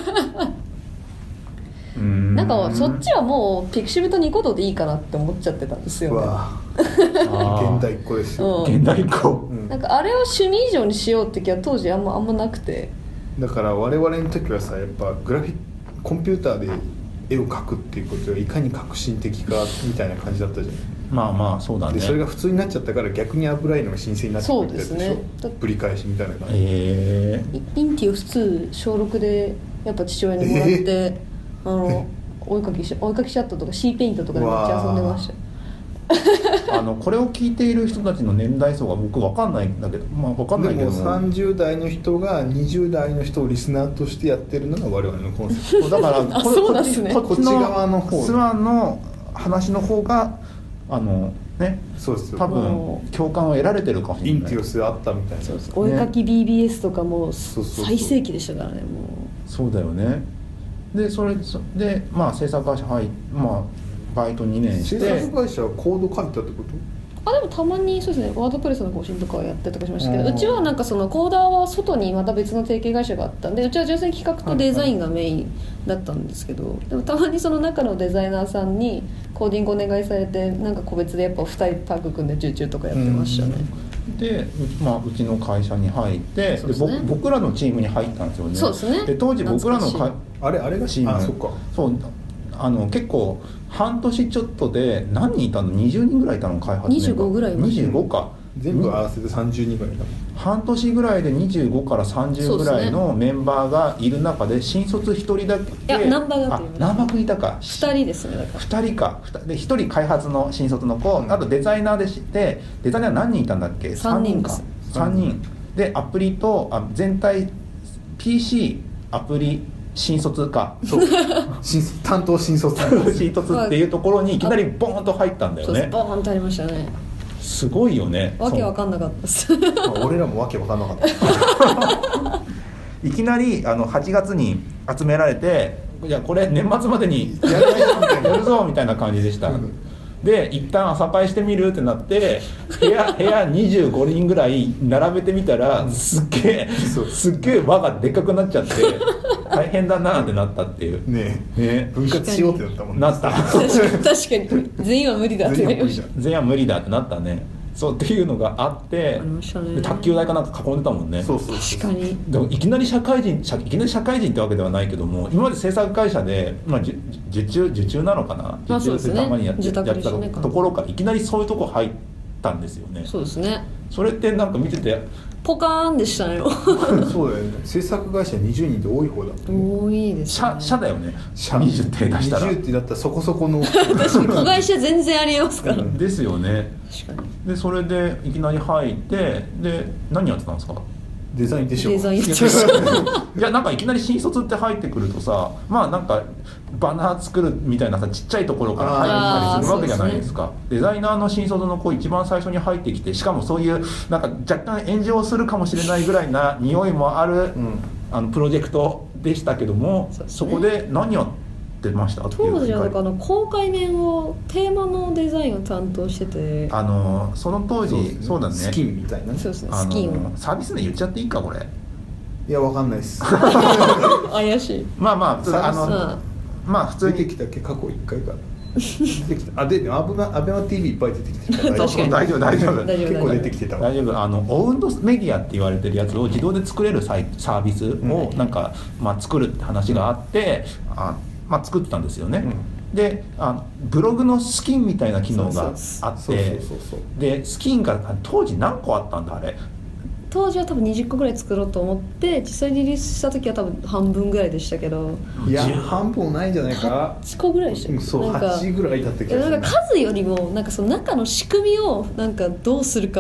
うんなんかそっちはもうピクシブとニコ動でいいかなって思っちゃってたんですよね。 わ現代っ子ですよ、 うん、 現代っ子、 うん、なんかあれを趣味以上にしようって気は当時あんまあんまなくて、 だから我々の時はさやっぱグラフィックコンピューターで絵を描くっていうことがいかに革新的かみたいな感じだったじゃない。 まあまあそうだね。 でそれが普通になっちゃったから逆に油絵のが新鮮になってくるってやつでしょ。 そうですね。 ぶり返しみたいな感じ。 えー、インティオスツー小ろくでやっぱ父親にもらって、えー、あのお絵かきしお絵かきシャットとか C ペイントとかでめっちゃ遊んでました。 あのこれを聞いている人たちの年代層が僕分かんないんだけど、まあ分かんないけども、 でもさんじゅう代の人がにじゅう代の人をリスナーとしてやってるのが我々のコンセプト。 だからこれそうなんですね。 こっちの側の方ツアーの話の方があのね、 そうですよ。 多分共感を得られてるかもしれない。 インティオスあったみたいな。 そうそう、お絵かき ビービーエス とかも最盛期でしたからね。もうそうだよね。でそれでまあ制作会社入まあバイトにねんして、 制作会社はコード書いたってこと？ あでもたまにそうですね、ワードプレスの更新とかやってとかしましたけど、 うん、 うちはなんかそのコーダーは外にまた別の提携会社があったんで、うちは純粋に企画とデザインがメインだったんですけど、はいはい、でもたまにその中のデザイナーさんにコーディングお願いされて、なんか個別でやっぱふたりタッグ組んで受注とかやってましたね。 で、まあ、うちの会社に入って、で、ね、僕らのチームに入ったんですよね。 そうですね。 で当時僕らのかあれあれがチーム、 あそっか、 そうあの結構半年ちょっとで何人いたの？にじゅうにんぐらいいたの開発メンバー。 にじゅうごぐらい。 にじゅうごか。 全部合わせてさんじゅうにんぐらいいたの。 半年ぐらいでにじゅうごからさんじゅうぐらいのメンバーがいる中で新卒ひとりだけ。いやナンバーがナンバーくいたか。 ふたりですね。だからふたりか。でひとり開発の新卒の子、うん、あとデザイナーでして、デザイナー何人いたんだっけ？ さんにんか。 さんにんでアプリとあ全体 ピーシー アプリ新卒かそう新担当新卒新卒っていうところにいきなりボーンと入ったんだよね。 そうボーンとありましたね。 すごいよね。 わけわかんなかったです。 俺らもわけわかんなかったいきなりあのはちがつに集められて、いやこれ年末までにやるやるぞみたいな感じでした。で一旦朝会してみるってなって部屋部屋にじゅうごにんぐらい並べてみたら、すっげえすっげえ輪がでっかくなっちゃって大変だなってなったっていうねえ、ね、 分割しようってなったもんね。 なった確かに全員は無理だってなりました。 全員は無理だってなったね。そうっていうのがあって、 ありましたね。 卓球台かなんか囲んでたもんね。 そうそうそう、 確かに。 でもいきなり社会人いきなり社会人ってわけではないけども、今まで制作会社で、まあ、受注受注なのかな、 まあ、 受注ってたまにやって、 ね、 やってたところからいきなりそういうとこ入ったんですよね。 そうですね。 それってなんか見ててポカーンでしたね。 そうだよね。制作会社にじゅうにんで多い方だった、 ね、多いですね。 社社だよね。社にじゅう手出したらにじゅうってだったらそこそこの確かに子会社全然ありえますから、うん、 ですよね。 確かに。 でそれでいきなり入ってで何やってたんですか？ デザインでしょ。 デザインでしょ。 いやなんかいきなり新卒って入ってくるとさ、まあなんかバナー作るみたいなさちっちゃいところから入ったりするわけじゃないですか。すね、デザイナーの新卒の子一番最初に入ってきて、しかもそういうなんか若干炎上するかもしれないぐらいな匂いもある、うん、あのプロジェクトでしたけども、 そ, ね、そこで何やってましたっていう。 当時はあの公開面をテーマのデザインを担当してて、 あのその当時 そう,、ね、そうだね、 スキンみたいな、 そうですね、スキンサービスで言っちゃっていいかこれ。 いやわかんないです怪しい。 まあまああの、うん、まあ普通に出てきたっけ過去いっかいから出てきた。あでアベマアベマ ティーブイ いっぱい出てきてた。 確かに大丈夫大丈夫結構出てきてた。 大丈夫。あのオウンドメディアって言われてるやつを自動で作れるサイサービスをなんか、まあ、作るって話があって、うん、あまあ作ってたんですよね。うん、であブログのスキンみたいな機能があって、でスキンが当時何個あったんだあれ。 当時は多分にじゅっこぐらい作ろうと思って実際リリースした時は多分半分ぐらいでしたけど、 いや半分ないんじゃないか。 はちこぐらいでした。 そうなんかはちぐらいだった気がする。 なんか数よりもなんかその中の仕組みをなんかどうするか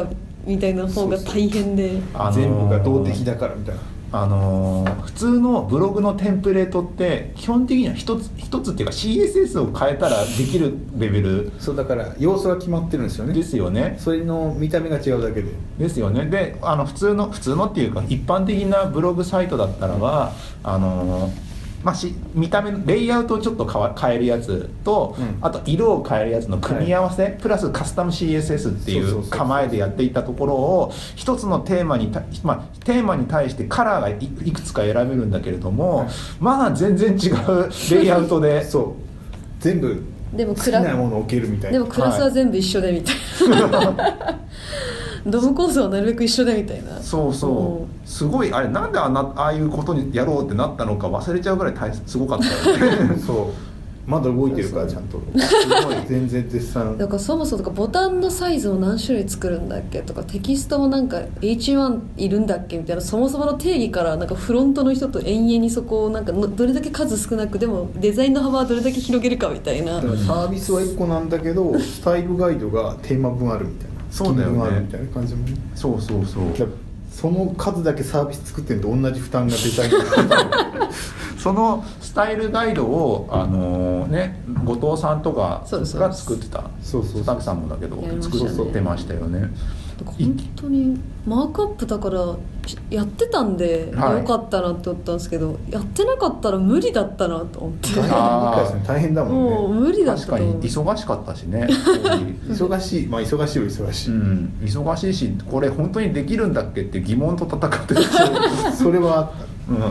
みたいな方が大変で、 そうそう、あのー、全部が動的だからみたいな。 あのー、普通のブログのテンプレートって基本的には一つ一つっていうか シーエスエス を変えたらできるレベル。 そうだから要素が決まってるんですよね。 ですよね。 それの見た目が違うだけで。 ですよね。で、あの普通の普通のっていうか一般的なブログサイトだったらば、あのーまあ、し見た目のレイアウトをちょっと変わ変えるやつと、うん、あと色を変えるやつの組み合わせ、はい、プラスカスタム シーエスエス っていう構えでやっていたところを一つのテーマにた、まあ、テーマに対してカラーが い, いくつか選べるんだけれども、はい、まあ全然違うレイアウトでそう全部好きなものを置けるみたいな。 でもクラスは全部一緒でみたいな、はいドムコースはなるべく一緒でみたいな。 そうそう、うん、すごいあれなんであんなああいうことにやろうってなったのか忘れちゃうぐらい大すごかったよねそうまだ動いてるからちゃんとすごい全然絶賛だからそもそもとかボタンのサイズを何種類作るんだっけとかテキストもなんか エイチワン いるんだっけみたいな、そもそもの定義からなんかフロントの人と延々にそこをなんかどれだけ数少なくでもデザインの幅はどれだけ広げるかみたいな。 サービスはいっこなんだけどスタイルガイドがテーマ分あるみたいな。 そうだよね。 みたいな感じもね。 そうそうそう。 その数だけサービス作ってると同じ負担がデザインそのスタイルガイドをあのー、ね後藤さんとかが作ってた。 そうそうそう。 佐竹さんもだけど作ってましたよね。 本当にマークアップだからやってたんでよかったなって思ったんですけど、はい、やってなかったら無理だったなと思って。 大変だもんね。 もう無理だったと思う。 確かに忙しかったしね忙しい、まあ忙しいは忙しい、 うん、忙しいしこれ本当にできるんだっけって疑問と戦ってるそれはあった、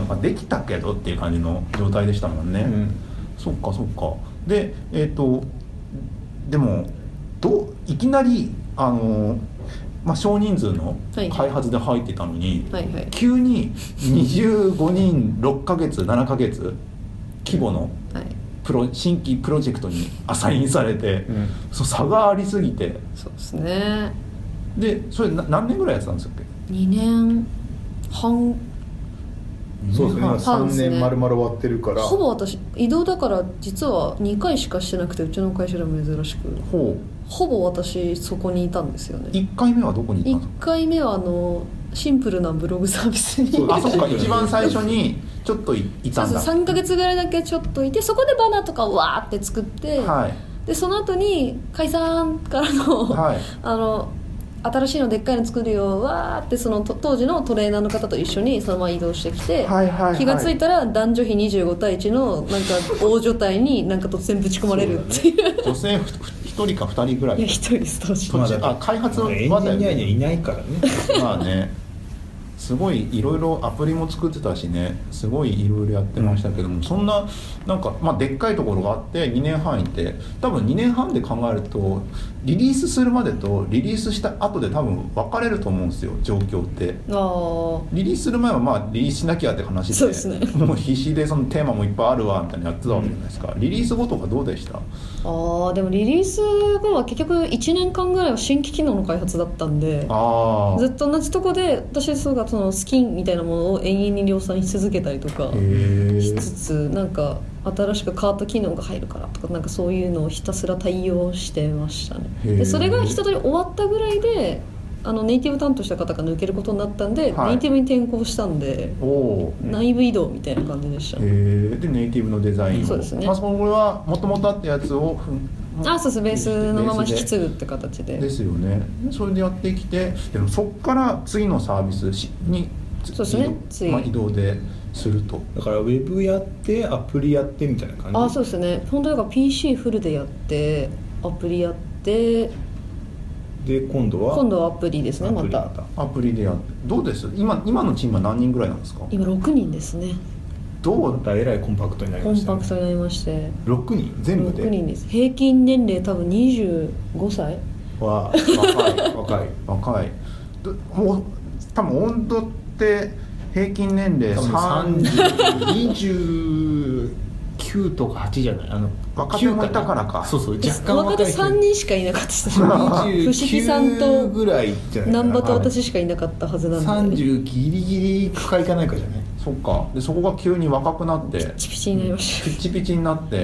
うんまあ、できたけどっていう感じの状態でしたもんね、うん、そっかそっか。でえっ、ー、とでもどういきなりあのまあ、少人数の開発で入ってたのに、はいはいはい、急ににじゅうごにんろっかげつななかげつ規模のプロ新規プロジェクトにアサインされて、うん、そう差がありすぎて。 そうですね。 でそれ何年ぐらいやってたんですかっけ？ にねんはん。 そうですね、さんねん丸々終わってるから。 ほぼ私移動だから実はにかいしかしてなくて、うちの会社でも珍しくほうほぼ私そこにいたんですよね。 いっかいめはどこにいたんですか？ いっかいめはあのシンプルなブログサービスにあ、そっか一番最初にちょっと い, いたんだ。そうそうさんかげつぐらいだけちょっといて、そこでバナーとかをわーって作って、はい、でその後に解散からの、はい、あの新しいのでっかいの作るよわーってその当時のトレーナーの方と一緒にそのまま移動してきて、はいはいはい、気がついたら男女比にじゅうごたいいちのなんか大所帯になんか突然ぶち込まれるっていう、 女性ひとりかふたりぐらい。 いやひとりです当時。 まあ、あ開発はエンジニアにはいないからねまあねすごいいろいろアプリも作ってたしね、すごいいろいろやってましたけども、うん、そんななんか、まあ、でっかいところがあってにねんはんいて、多分にねんはんで考えるとリリースするまでとリリースした後で多分分かれると思うんですよ、状況って。あリリースする前はまあリリースしなきゃって話で、 そうですね、 もう必死でそのテーマもいっぱいあるわみたいなやってたわけじゃないですか、うん、リリース後とかどうでした？ あでもリリース後は結局いちねんかんぐらいは新規機能の開発だったんで、あずっと同じとこで私そうがそのスキンみたいなものを永遠に量産し続けたりとかしつつ、なんか新しくカート機能が入るからとか、なんかそういうのをひたすら対応してましたね。でそれが一通り終わったぐらいであのネイティブ担当した方が抜けることになったんで、はい、ネイティブに転向したんで内部移動みたいな感じでした。 へでネイティブのデザインを、そうですね、まあ、それはもともとあったやつをあそうそうベースのまま引き継ぐって形でですよね。それでやってきて、でもそこから次のサービスにそうですね、次、 まあ、移動ですると。 だからウェブやってアプリやってみたいな感じ。 あそうですね、本当だから ピーシー フルでやってアプリやってで今度は今度はアプリですね。またアプリでやってどうです？ 今, 今のチームは何人ぐらいなんですか？ 今ろくにんですね。 どうまたえらいコンパクトになりましたね。 コンパクトになりましてろくにん全部でろくにんです。平均年齢多分にじゅうごさいわ若い若い若いもう多分温度って平均年齢さんじゅうにじゅうきゅうとかはちじゃない、あの若手もいたからか。 そうそう若干若い若手さんにんしかいなかったです伏木さんとぐらいじゃないかな、 難波と私しかいなかったはずなんでさんじゅうギリギリかいかないかじゃない。 そっか。でそこが急に若くなってピチピチになりました。 ピチピチになって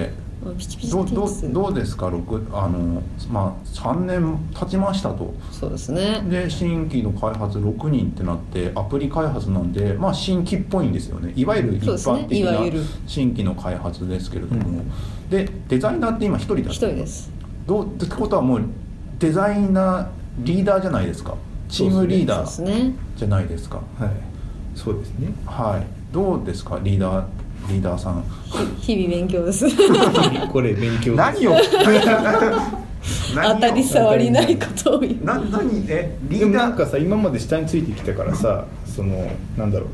ピチピチどうどうどうですかろくあの、まあ、さんねん経ちましたと。 そうですね。 で新規の開発ろくにんってなってアプリ開発なんで、まあ、新規っぽいんですよね。いわゆる一般的な新規の開発ですけれども、うん、でデザイナーって今一人だった。 一人です。 どうってことはもうデザイナーリーダーじゃないですか。チームリーダーじゃないですか。 はい、そうですね。 はい。どうですかリーダーリーダーさん。 日々勉強です。 これ勉強です。 何を当たり障りないことを言う。 な何えリーダーでもなんかさ今まで下についてきたからさそのなんだろ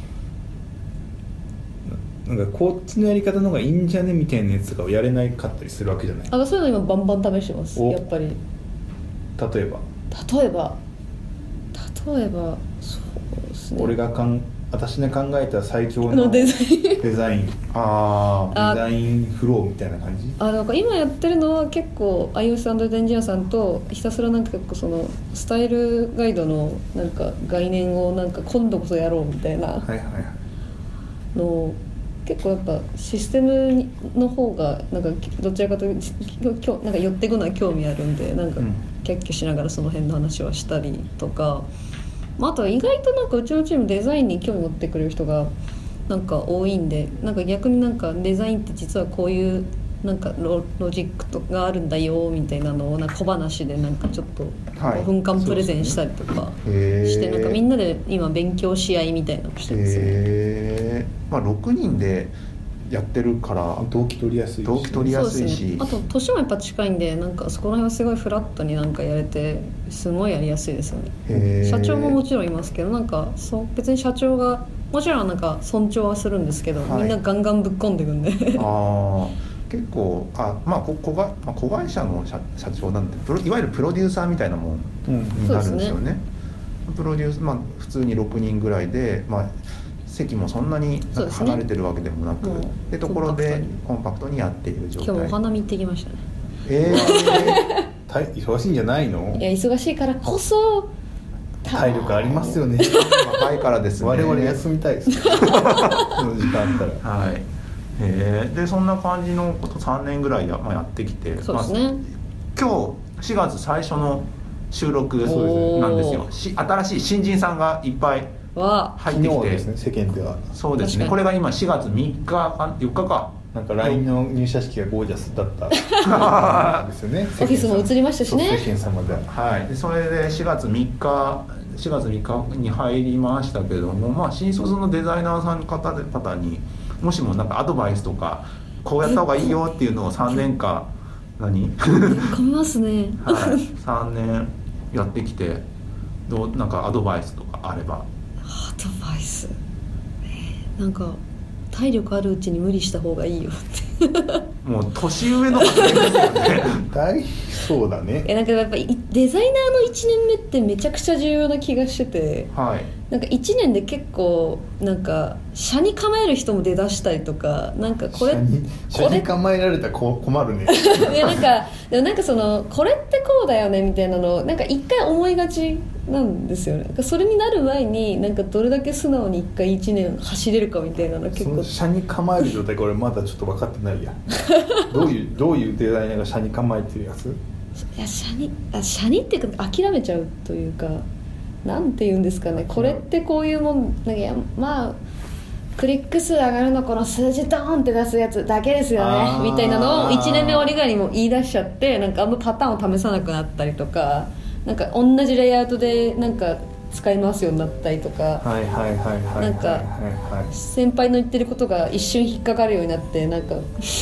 うなんかこっちのやり方の方がいいんじゃねみたいなやつとかをやれないかったりするわけじゃない。 あそういうの今バンバン試してます。やっぱり。 例えば。 例えば。例えばそうですね。 俺がかん私の考えた最強のデザインデザインああデザインフローみたいな感じ。 あなんか今やってるのは結構 iOS アンドロイドエンジニアさんとひたすらなんか結構そのスタイルガイドのなんか概念をなんか今度こそやろうみたいなのを結構やっぱシステムの方がなんかどちらかというとなんか寄っていくのは興味あるんでなんかキャッキャしながらその辺の話はしたりとか。あとは意外となんかうちのチームデザインに興味持ってくれる人がなんか多いんでなんか逆になんかデザインって実はこういうなんか ロ, ロジックとかあるんだよみたいなのをなんか小話でなんかちょっとごふんかんプレゼンしたりとかして、はい、なんかみんなで今勉強し合いみたいなのをしてますね。 へー、まあ、ろくにんでやってるから動機取りやすいし、 動機取りやすいし、 ね、あと年もやっぱ近いんでなんかそこら辺はすごいフラットになんかやれてすごいやりやすいですよね。社長ももちろんいますけどなんかそう別に社長がもちろんなんか尊重はするんですけど、はい、みんなガンガンぶっ込んでいくんであ結構あ、まあ、子会、まあ、子会社の 社, 社長なんてプロいわゆるプロデューサーみたいなもんになるんですよね。うん、プロデュース、まあ、普通にろくにんぐらいで、まあ席もそんなに離れてるわけでもなく、ね、でところでコンパクトにやっている状態。 今日もお花見行ってきましたね。 えー、忙しいんじゃないの？ いや忙しいからこそ体力ありますよね。 若いからですね。 我々休みたいですその時間あったら。 はい。えー、でそんな感じのことさんねんぐらいや、まあ、やってきて、 そうですね。 まあ、今日しがつ最初の収録なんですよ。し新しい新人さんがいっぱい入ってきてですね、世間では。 そうですね。これが今しがつみっかよっかか。 なんか ライン の入社式がゴージャスだったですよね。 オフィスも移りましたしね。 世間様で。 はい。でそれでしがつみっかしがつみっかに入りましたけども、まあ新卒のデザイナーさん方方にもしもなんかアドバイスとかこうやった方がいいよっていうのをさんねんかん何？ 込みますね。 はい。さんねんやってきてどうなんかアドバイスとかあれば。 アドバイス、えー、なんか体力あるうちに無理した方がいいよってもう年上の発言ですよね。 大そうだね。 えなんかやっぱデザイナーのいちねんめってめちゃくちゃ重要な気がしてて、はい、なんかいちねんで結構なんか社に構える人も出だしたりとかなんかこれ社に、社に構えられたら困るね。 いやなんかでもなんかそのこれってこうだよねみたいなのをなんか一回思いがちなんですよね。それになる前になんかどれだけ素直に一回いちねん走れるかみたいなの結構。 その社に構える状態これまだちょっと分かってないや。どういうどういうデザイナーが社に構えてるやつ？ いや社にあ社にっていうか諦めちゃうというかなんて言うんですかね。これってこういうもんなんかいやまあクリック数上がるのこの数字ドーンって出すやつだけですよねみたいなのをいちねんめ終わりぐらいにも言い出しちゃってなんかあんまパターンを試さなくなったりとかなんか同じレイアウトでなんか使い回すようになったりとかなんか先輩の言ってることが一瞬引っかかるようになってなんか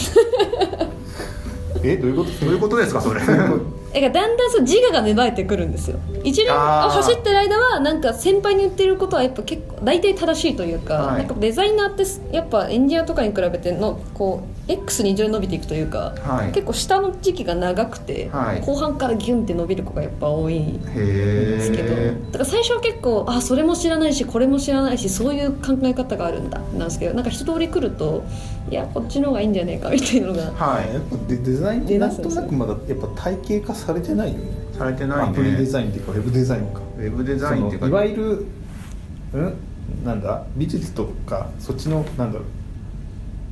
えどういうことどういうことですかそれ。 えだんだんそう自我が芽生えてくるんですよ。一年を走ってる間はなんか先輩に言ってることはやっぱ結構大体正しいというか、はい、なんかデザイナーってやっぱエンジニアとかに比べてのこう エックスにじゅう伸びていくというか、はい、結構下の時期が長くて、はい、後半からギュンって伸びる子がやっぱ多いんですけどだから最初は結構あそれも知らないしこれも知らないしそういう考え方があるんだなんですけどなんか一通り来るといやこっちの方がいいんじゃねえかみたいなのが、 はい、やっぱ デ, デザインってなんとなくまだやっぱ体系化されてないよね。 されてないね。 アプリデザインっていうかウェブデザインかウェブデザインっていうかいわゆるんなんだ美術とかそっちのなんだろう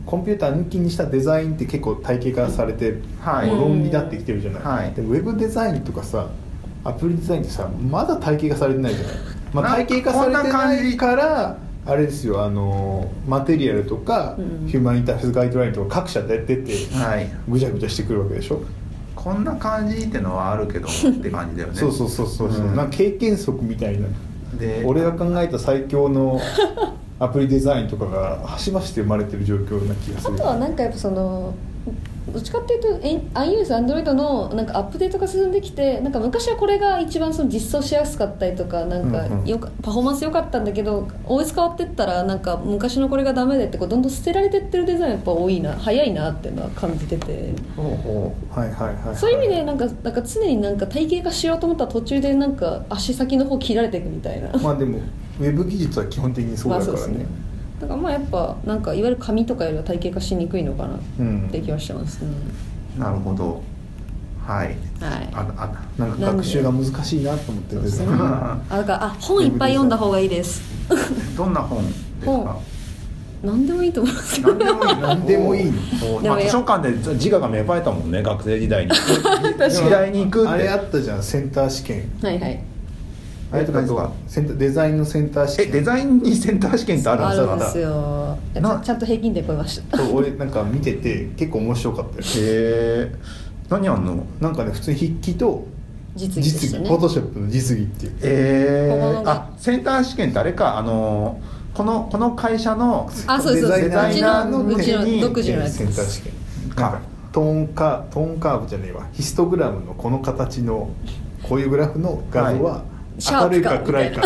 コンピューター抜きにしたデザインって結構体系化されて、はい、もう論理になってきてるじゃない、はい、でウェブデザインとかさアプリデザインってさまだ体系化されてないじゃない、まあ、体系化されてないからあれですよ、あのマテリアルとか、うん、ヒューマンインターフェースガイドラインとか各社で出て、はい、ぐちゃぐちゃしてくるわけでしょ。 こんな感じってのはあるけどって感じだよねそうそうそうそう、うん、なんか経験則みたいなで俺が考えた最強のアプリデザインとかが端々で生まれてる状況な気がする。 あとはなんかやっぱそのどっちかっていうと iOS、Android のなんかアップデートが進んできて、なんか昔はこれが一番その実装しやすかったりとか、なんかよか、うんうん、パフォーマンス良かったんだけど オーエス 変わってったらなんか昔のこれがダメでってこうどんどん捨てられてってるデザインやっぱ多いな、早いなっていうのは感じてて、そういう意味でなんかなんか常になんか体系化しようと思ったら途中でなんか足先の方切られていくみたいな。 まあでもウェブ技術は基本的にそうだからね。まあそうですね。 だからまあやっぱなんかいわゆる紙とかよりは体系化しにくいのかなって気はしてますね、 うん、なるほど。はい、はい、 ああなんか学習が難しいなと思ってるんですけど、 あだからあ本いっぱい読んだ方がいいですどんな本ですか？ 何でもいいと思います何でもいい何でもいいのまあ、図書館で自我が芽生えたもんね、学生時代に時代に行くって。 あれあったじゃん、センター試験。 はいはい。 あれとかとセンターデザインのセンター試験。 えデザインにセンター試験ってあるんですか？ あるんですよ。ちゃんと平均点超えました。 そう俺なんか見てて結構面白かったよ。へえ。何あんの？ なんかね普通に筆記と実技ですね。 フォトショップの実技っていう。 えー、あセンター試験ってあれか、あのこのこの会社のあそうですデザイナーのうちの独自のやつセンター試験。なんかトーンカトーンカーブじゃねえわ、ヒストグラムのこの形のこういうグラフの画像は、はい明るいか暗いか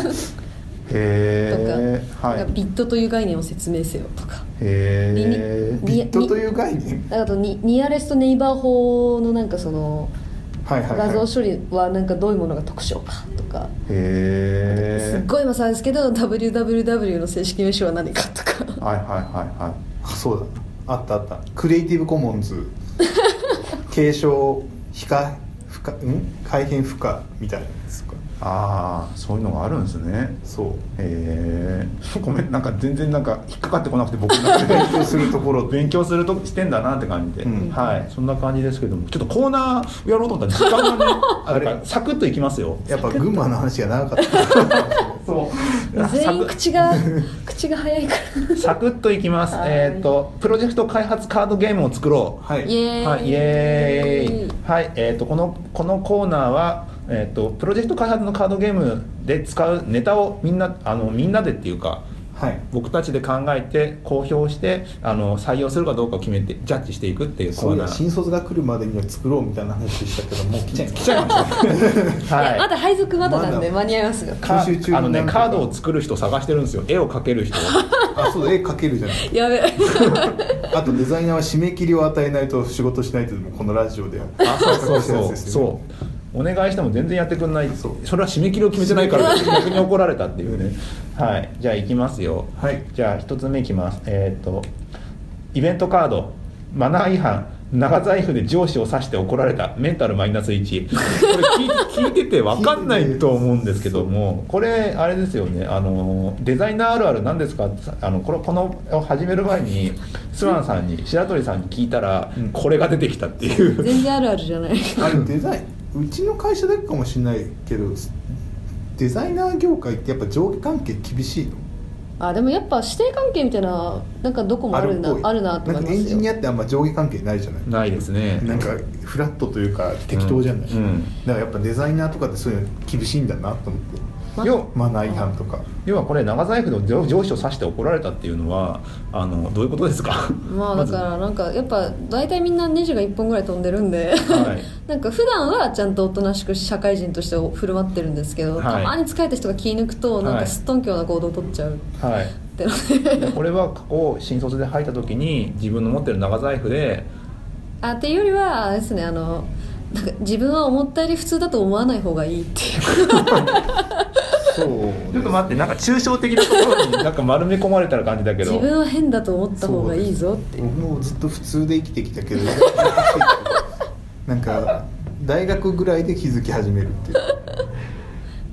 へーとか、はい、ビットという概念を説明せよとか。 へービットという概念。 あとニニアレストネイバー法のなんかその、はいはいはい、画像処理はなんかどういうものが特徴かとか。 へーすっごい今さですけど ダブリューダブリューダブリュー の正式名称は何かとか。 はいはいはいはい。 あそうだあったあったクリエイティブコモンズ継承非か不可ん改変不可みたいなやつとか。 ああそういうのがあるんですね。 そうへえごめんなんか全然なんか引っかかってこなくて僕の勉強するところ勉強するとしてんだなって感じで、うん、はいそんな感じですけども、ちょっとコーナーやろうと思ったら時間がねあれサクッといきますよ。 やっぱ群馬の話が長かったそう全員口が口が早いからサクッといきます。えっ、ー、とプロジェクト開発カードゲームを作ろう。 はいイエーイ、 はい、イエーイはいえっ、ー、とこのこのコーナーはえー、とプロジェクト開発のカードゲームで使うネタをみんなあのみんなでっていうか、はい、僕たちで考えて公表してあの採用するかどうかを決めてジャッジしていくっていうコーナー。 新卒が来るまでには作ろうみたいな話でしたけどもう来ちゃいました。来ちゃいました、はい、まだ配属まだなんで間に合いますよ。 あのねカードを作る人探してるんですよ。絵を描ける人あそうだ絵描けるじゃないやべあとデザイナーは締め切りを与えないと仕事しないとこのラジオではあそうそうそうそうお願いしても全然やってくんない。 そ, それは締め切りを決めてないから逆に怒られたっていうねはいじゃあいきますよ、はい、じゃあ一つ目いきます。えっ、ー、とイベントカードマナー違反長財布で上司を指して怒られたメンタルマイナスいちこれ聞いてて分かんないと思うんですけども、これあれですよね、あのデザイナーあるある何ですかってあのこのこのを始める前にスワンさんに白鳥さんに聞いたら、うん、これが出てきたっていう全然あるあるじゃないあれデザインうちの会社だけかもしれないけどデザイナー業界ってやっぱ上下関係厳しいの？ あでもやっぱ師弟関係みたいななんかどこもあるな あ, あるなと思いますよ。なんかエンジニアってあんま上下関係ないじゃない。 ないですね。 なんかフラットというか適当じゃない、うんうん、だからやっぱデザイナーとかってそういうの厳しいんだなと思って、要マナー違反とか。 要はこれ長財布の上司を指して怒られたっていうのはあのどういうことですか？ まあだからなんかやっぱ大体みんなネジがいっぽんぐらい飛んでるんで、はい、なんか普段はちゃんとおとなしく社会人として振る舞ってるんですけど、はい、たまに疲れた人が気抜くとなんかすっとんきょうな行動を取っちゃう、はい、ってこれは過去新卒で入った時に自分の持ってる長財布であっていうよりはあれですね、あのなんか自分は思ったより普通だと思わない方がいいっていうそうちょっと待って、なんか抽象的なところになんか丸め込まれたら感じだけど自分は変だと思った方がいいぞっていう。 僕もずっと普通で生きてきたけどなんか大学ぐらいで気づき始めるっていう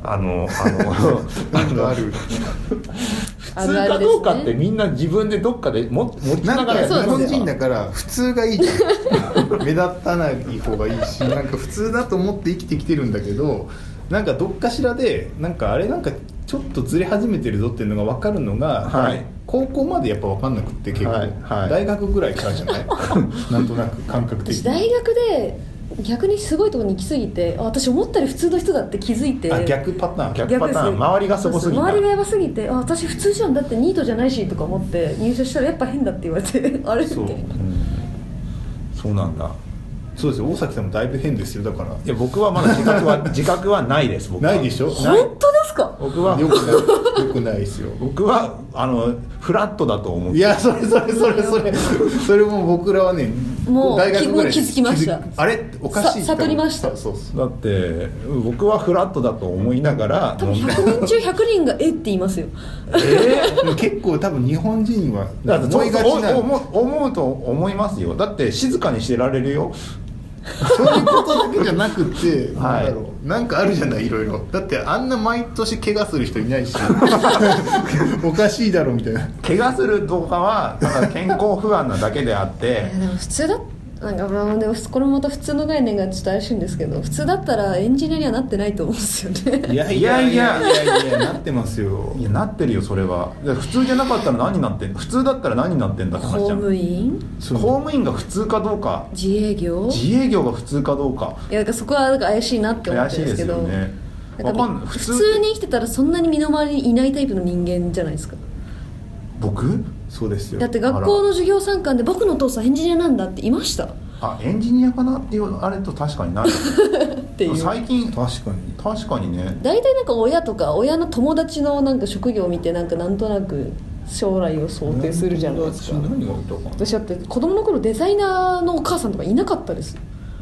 あのあのなんかある普通かどうかってみんな自分でどっかでも持ちながらやなんか日本人だだから普通がいいじゃん目立たない方がいいし、なんか普通だと思って生きてきてるんだけど、なんかどっかしらでなんかあれなんかちょっとずれ始めてるぞっていうのが分かるのが、はい、高校までやっぱ分かんなくって結構、はいはい、大学ぐらいからじゃないなんとなく感覚的に。 私大学で逆にすごいところに行き過ぎて、あ私思ったより普通の人だって気づいて、 あ逆パターン逆パターン周りがすごすぎた、 周りがやばすぎて、あ私普通じゃんだってニートじゃないしとか思って入社したらやっぱ変だって言われてあれみたいな。 そうなんだ。 そうですよ、大崎さんもだいぶ変ですよ。だからいや僕はまだ自覚は自覚はないです。僕はないでしょ。 本当ですか。 僕はよくないよくないですよ。 僕はあのフラットだと思う。 いやそれそれそれそれそれも僕らはねもう大学ぐらい気づきました。 あれおかしい悟りました。 そうそうだって僕はフラットだと思いながら多分ひゃくにん中ひゃくにんがえって言いますよ。 えー、結構多分日本人は思いがちな思う、思うと思いますよ。だって静かにしてられるよ。 そういうことだけじゃなくて、 はい、 なんだろう、なんかあるじゃない、いろいろ。だってあんな毎年怪我する人いないしおかしいだろみたいな。 怪我するとかはただ健康不安なだけであってでも普通だなんかまあでもこれもまた普通の概念がちょっと怪しいんですけど、普通だったらエンジニアにはなってないと思うんですよね。 いやいやいやいやいやなってますよ。 いやなってるよそれは。普通じゃなかったら何になってん普通だったら何になってんだって話じゃん。 公務員公務員が普通かどうか、 自営業自営業が普通かどうか、 いやだからそこはなんか怪しいなって思ってるんですけど、 怪しいですよね。 なんか普通に生きてたらそんなに身の回りにいないタイプの人間じゃないですか。 僕そうですよ。 だって学校の授業参観で僕のお父さんエンジニアなんだっていました。 あエンジニアかなっていうあれと確かにないっていう最近確かに確かにね。 大体なんか親とか親の友達のなんか職業を見てなんかなんとなく将来を想定するじゃないですか。 何がいたか私だって子供の頃デザイナーのお母さんとかいなかったです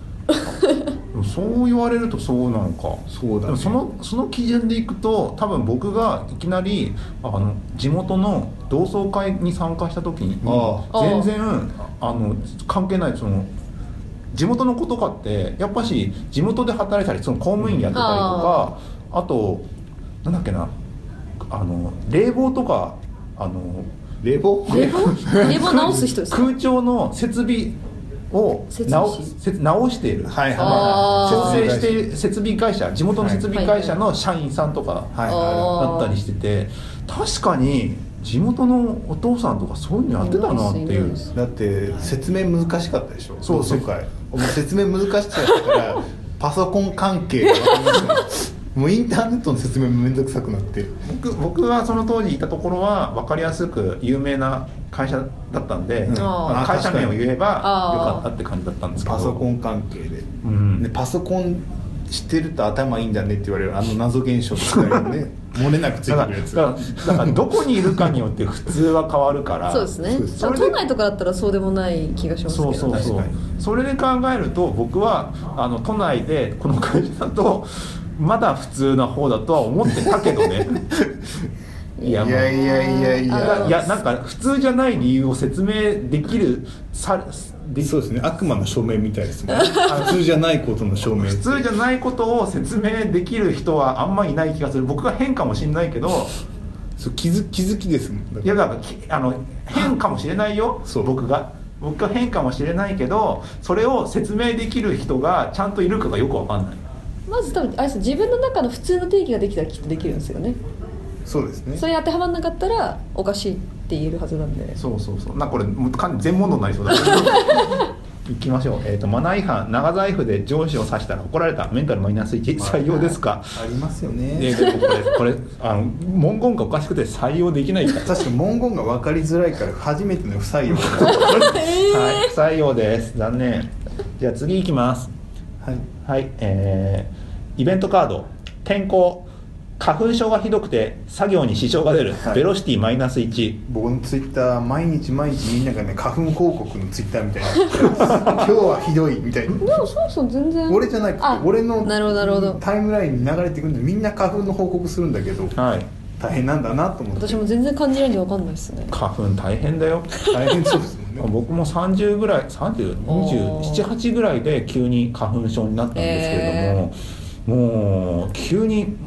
そう言われるとそうなのか。 そうだね。 でもそのその基準でいくと多分僕がいきなりあの地元の同窓会に参加した時に全然あの関係ないその地元の子とかってやっぱし地元で働いたりその公務員やってたりとか、あ, あとなんだっけなあの冷房とかあの冷房冷房冷房直す人ですか。 空調の設備を直直している、 はいはい、設営している設備会社、地元の設備会社の社員さんとかだったりしてて、確かに地元のお父さんとかそういうのやってたなっていう。 だって説明難しかったでしょ。 そうそうかいもう説明難しかったからパソコン関係が分かりましたもうインターネットの説明もめんどくさくなって、 僕僕がその当時いたところは分かりやすく有名な会社だったんで、うん、会社名を言えばよかったって感じだったんですけど、 パソコン関係で、 うん、 でパソコン知ってると頭いいんだねって言われるあの謎現象とかね漏れなくついてくるやつだからだからどこにいるかによって普通は変わるからそうですね。都内とかだったらそうでもない気がしますけど、 そうそうそう、それで考えると僕はあの都内でこの会社だとまだ普通な方だとは思ってたけどねいやいやいやいやいやいやなんか普通じゃない理由を説明できるさでそうですね、悪魔の証明みたいですね普通じゃないことの証明普通じゃないことを説明できる人はあんまりいない気がする。僕が変かもしれないけどそう気づ気づきですもん。 いやだからあの変かもしれないよ僕が僕が変かもしれないけどそれを説明できる人がちゃんといるかがよく分かんない。 まず多分あれです、自分の中の普通の定義ができたらきっとできるんですよね。 そうですね。 それに当てはまらなかったらおかしいって言えるはずなんで。 そうそうそう。なんかこれもう完全問答になりそうだけど行きましょう。えーと、マナー違反、長財布で上司を指したら怒られた、メンタルマイナスいち、採用ですか。 ありますよね。 ででもこれこれあの文言がおかしくて採用できないから。 確かに文言が分かりづらいから初めての不採用はい、不採用です。残念。じゃあ次いきます。 はい、 はい、えー、イベントカード、天候、花粉症がひどくて作業に支障が出る、はい、ベロシティマイナスいち。 僕のツイッター毎日毎日みんながね花粉報告のツイッターみたいな今日はひどいみたいな。 でもそうそう全然俺じゃなくて俺のタイムラインに流れてくるんでみんな花粉の報告するんだけど、はい、大変なんだなと思って。 私も全然感じないんで分かんないですね。 花粉大変だよ。 大変そうですもんね。 僕もさんじゅうぐらいさんじゅう、にじゅうなな、はちぐらいで急に花粉症になったんですけれども、えー、もう急に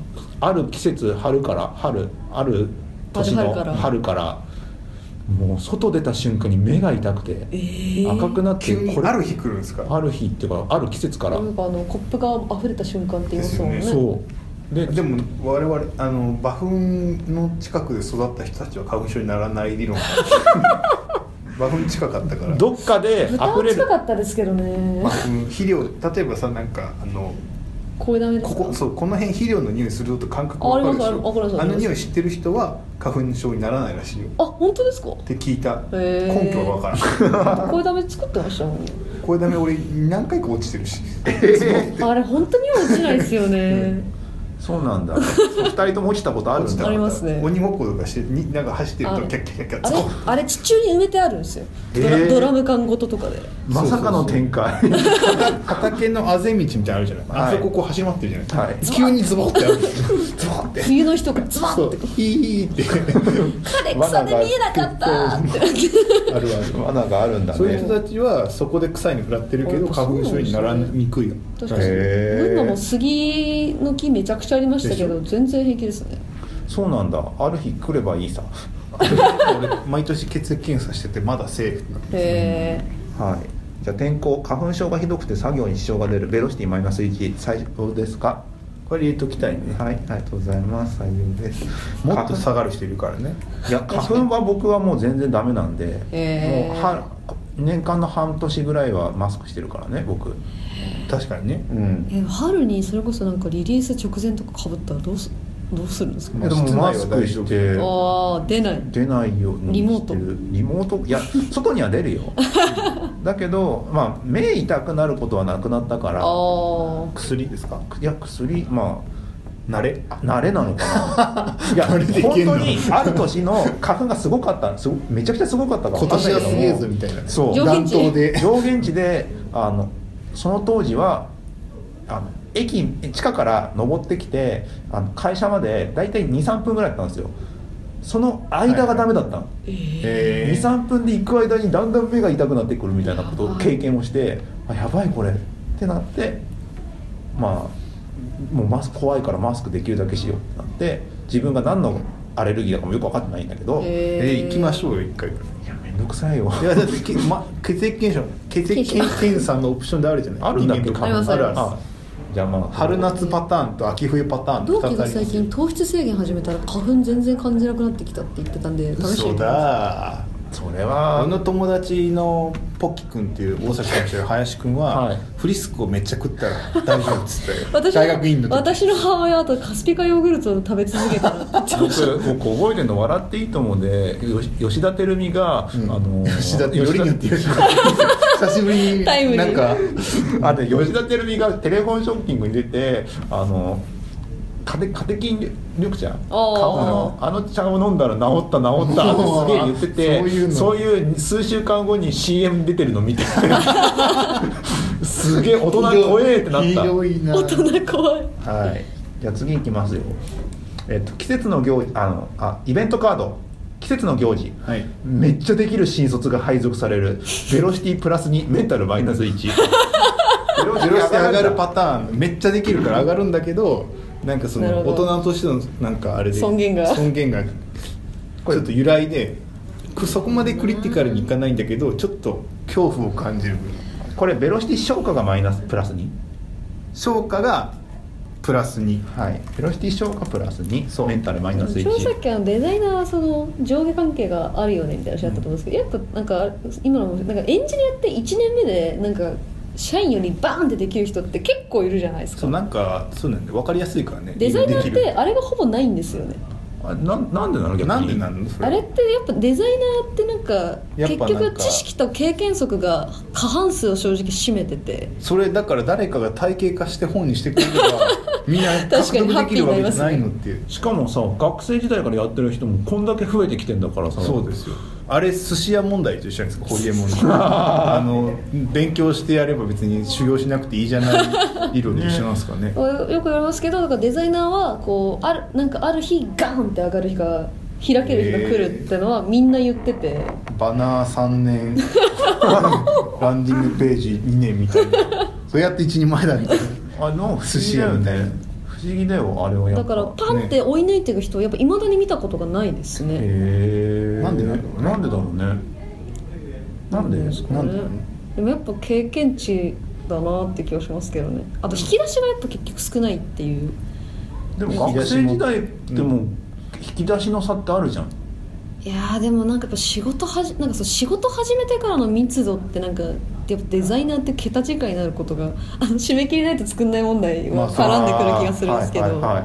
ある季節春から春ある年の春からもう外出た瞬間に目が痛くて、えー、赤くなって急にある日来るんですか？ ある日っていうかある季節からなんかあのコップが溢れた瞬間って言いますもんね。 そうで, でも我々あの馬糞の近くで育った人たちは花粉症にならない理論が馬糞近かったからどっかで溢れる。 豚は近かったですけどね。 馬糞肥料例えばさなんかあのこれダメですか？ ここそうこの辺肥料の匂いすると感覚わかるでしょ。 あ, あの匂い知ってる人は花粉症にならないらしいよ。 あ本当ですか？ って聞いた。根拠は分からん。 これダメ作ってましたもんね。 これダメ俺何回か落ちてるしあれ本当に落ちないですよね、うんそうなんだ。ふたりとも落ちたことあるんだ。 ありますね。 鬼ごっことかしてになんか走ってるとキャッキャッキャッキャッあれあれ地中に埋めてあるんですよ、えー、ド, ラドラム缶ごととかで。 まさかの展開。 畑のあぜ道みたいなのあるじゃない、はい、あそここう走り回ってるじゃない、はい、急にズボってある。ズボって冬の人がズボってヒーって枯れ草で見えなかったってあるある罠があるんだね。 そういう人たちはそこで草に振らってるけど花粉症にならにくいよ。 確かに群馬も杉の木めちゃくちゃありましたけど全然平気ですね。 そうなんだ。ある日来ればいいさ。 俺毎年血液検査しててまだセーフなんですね。 へーはい。じゃあ天候花粉症がひどくて作業に支障が出るベロシティマイナスいち最小ですか？ これ入れときたいね。 はい、ありがとうございます。採用です。 もっと下がる人いるからね。 いや花粉は僕はもう全然ダメなんで、もうは年間の半年ぐらいはマスクしてるからね僕。 確かにね、 うん、え春にそれこそなんかリリース直前とか被ったらどうすどうするんですか？ でもマスクしてあ出ない出ないようにしてる。リモートリモートいや外には出るよだけどまあ目痛くなることはなくなったから。 あ薬ですか？ いや薬まあ慣れ慣れなのかないや本当にある年の花粉がすごかったすごめちゃくちゃすごかったから今年はすげえぞみたいな、ね、 そう暖冬で上限地であのその当時はあの駅地下から登ってきてあの会社までだいたい にさんぷんぐらいだったんですよ。その間がダメだったの、はいはい、にさんぷんで行く間にだんだん目が痛くなってくるみたいなことを経験をしてあやばいこれってなってまあもうマスク怖いからマスクできるだけしようってなって自分が何のアレルギーだかもよく分かってないんだけどえー、行きましょうよ一回。 いやめんどくさいよ。 いやだってけ、ま、血液検査血液検査のオプションであるじゃない。 あるんだっけ？ ありますあります。 あじゃあまあ春夏パターンと秋冬パターン同期が最近糖質制限始めたら花粉全然感じなくなってきたって言ってたんで試してみて。 そうだそれは俺の友達のポッキ君っていう大阪から来てる林君は、はい、フリスクをめっちゃ食ったら大丈夫っつって大学院の時私の母親はとカスピカヨーグルトを食べ続けたら僕僕覚えてるの笑っていいと思うで吉田照美が、うん、あの吉田よりによって久しぶりになんかあで吉田照美がテレフォンショッキングに出てあのカテカテキン緑茶顔のあの茶を飲んだら治った治ったってすげえ言っててそういう、そういう数週間後に シーエム 出てるの見てすげえ大人怖えってなった。 広いな大人怖い。 はいじゃあ次いきますよ。えっと季節の行事あのあイベントカード季節の行事、はい、めっちゃできる新卒が配属されるベロシティプラスにメンタルマイナスいち。ベロシティ上がるパターンめっちゃできるから上がるんだけどなんかその大人としてのなんかあれで尊厳が尊厳がちょっと揺らいでそこまでクリティカルにいかないんだけどちょっと恐怖を感じる。 これベロシティ消化がマイナスプラスに消化がプラスに、 はい、ベロシティ消化プラスにメンタルマイナスいち。 さっきのデザイナーはその上下関係があるよねみたいな話だったと思うんですけど、うん、やっぱなんか今のなんかエンジニアっていちねんめでなんか社員よりバーンってできる人って結構いるじゃないですか。 そうなんかそうなんで分かりやすいからね。 デザイナーってあれがほぼないんですよね。 あ な, なんでなの逆になんでなのそれあれってやっぱデザイナーってなんか結局知識と経験則が過半数を正直占めててそれだから誰かが体系化して本にしてくれればみんな獲得できるわけじゃないのっていう、 しかもさ学生時代からやってる人もこんだけ増えてきてんだからさ。 そうですよ。あれ寿司屋問題と一緒なんですかホリエモンのあの勉強してやれば別に修行しなくていいじゃない理論で一緒なんですかね。 よく言われますけどだからデザイナーはこうあるなんかある日ガーンって上がる日が開ける日が来るってのはみんな言ってて、えー、バナーさんねんランディングページにねんみたいなそうやって一人前だみたいなあの寿司屋みたいな不思不思議だよあれをやっぱだからパンって追い抜いていく人はやっぱ未だに見たことがないですね。へえ。 なんでなんだろうね。 なんでだろうね。なんでですかね。 でもやっぱ経験値だなって気がしますけどね。あと引き出しがやっぱ結局少ないっていう。 でも学生時代でも引き出しの差ってあるじゃん。 いやーでもなんかやっぱ仕事はじなんかそう仕事始めてからの密度ってなんかやっぱデザイナーって桁違いになることがあの締め切りないと作んない問題は絡んでくる気がするんですけど、 はいはいはい、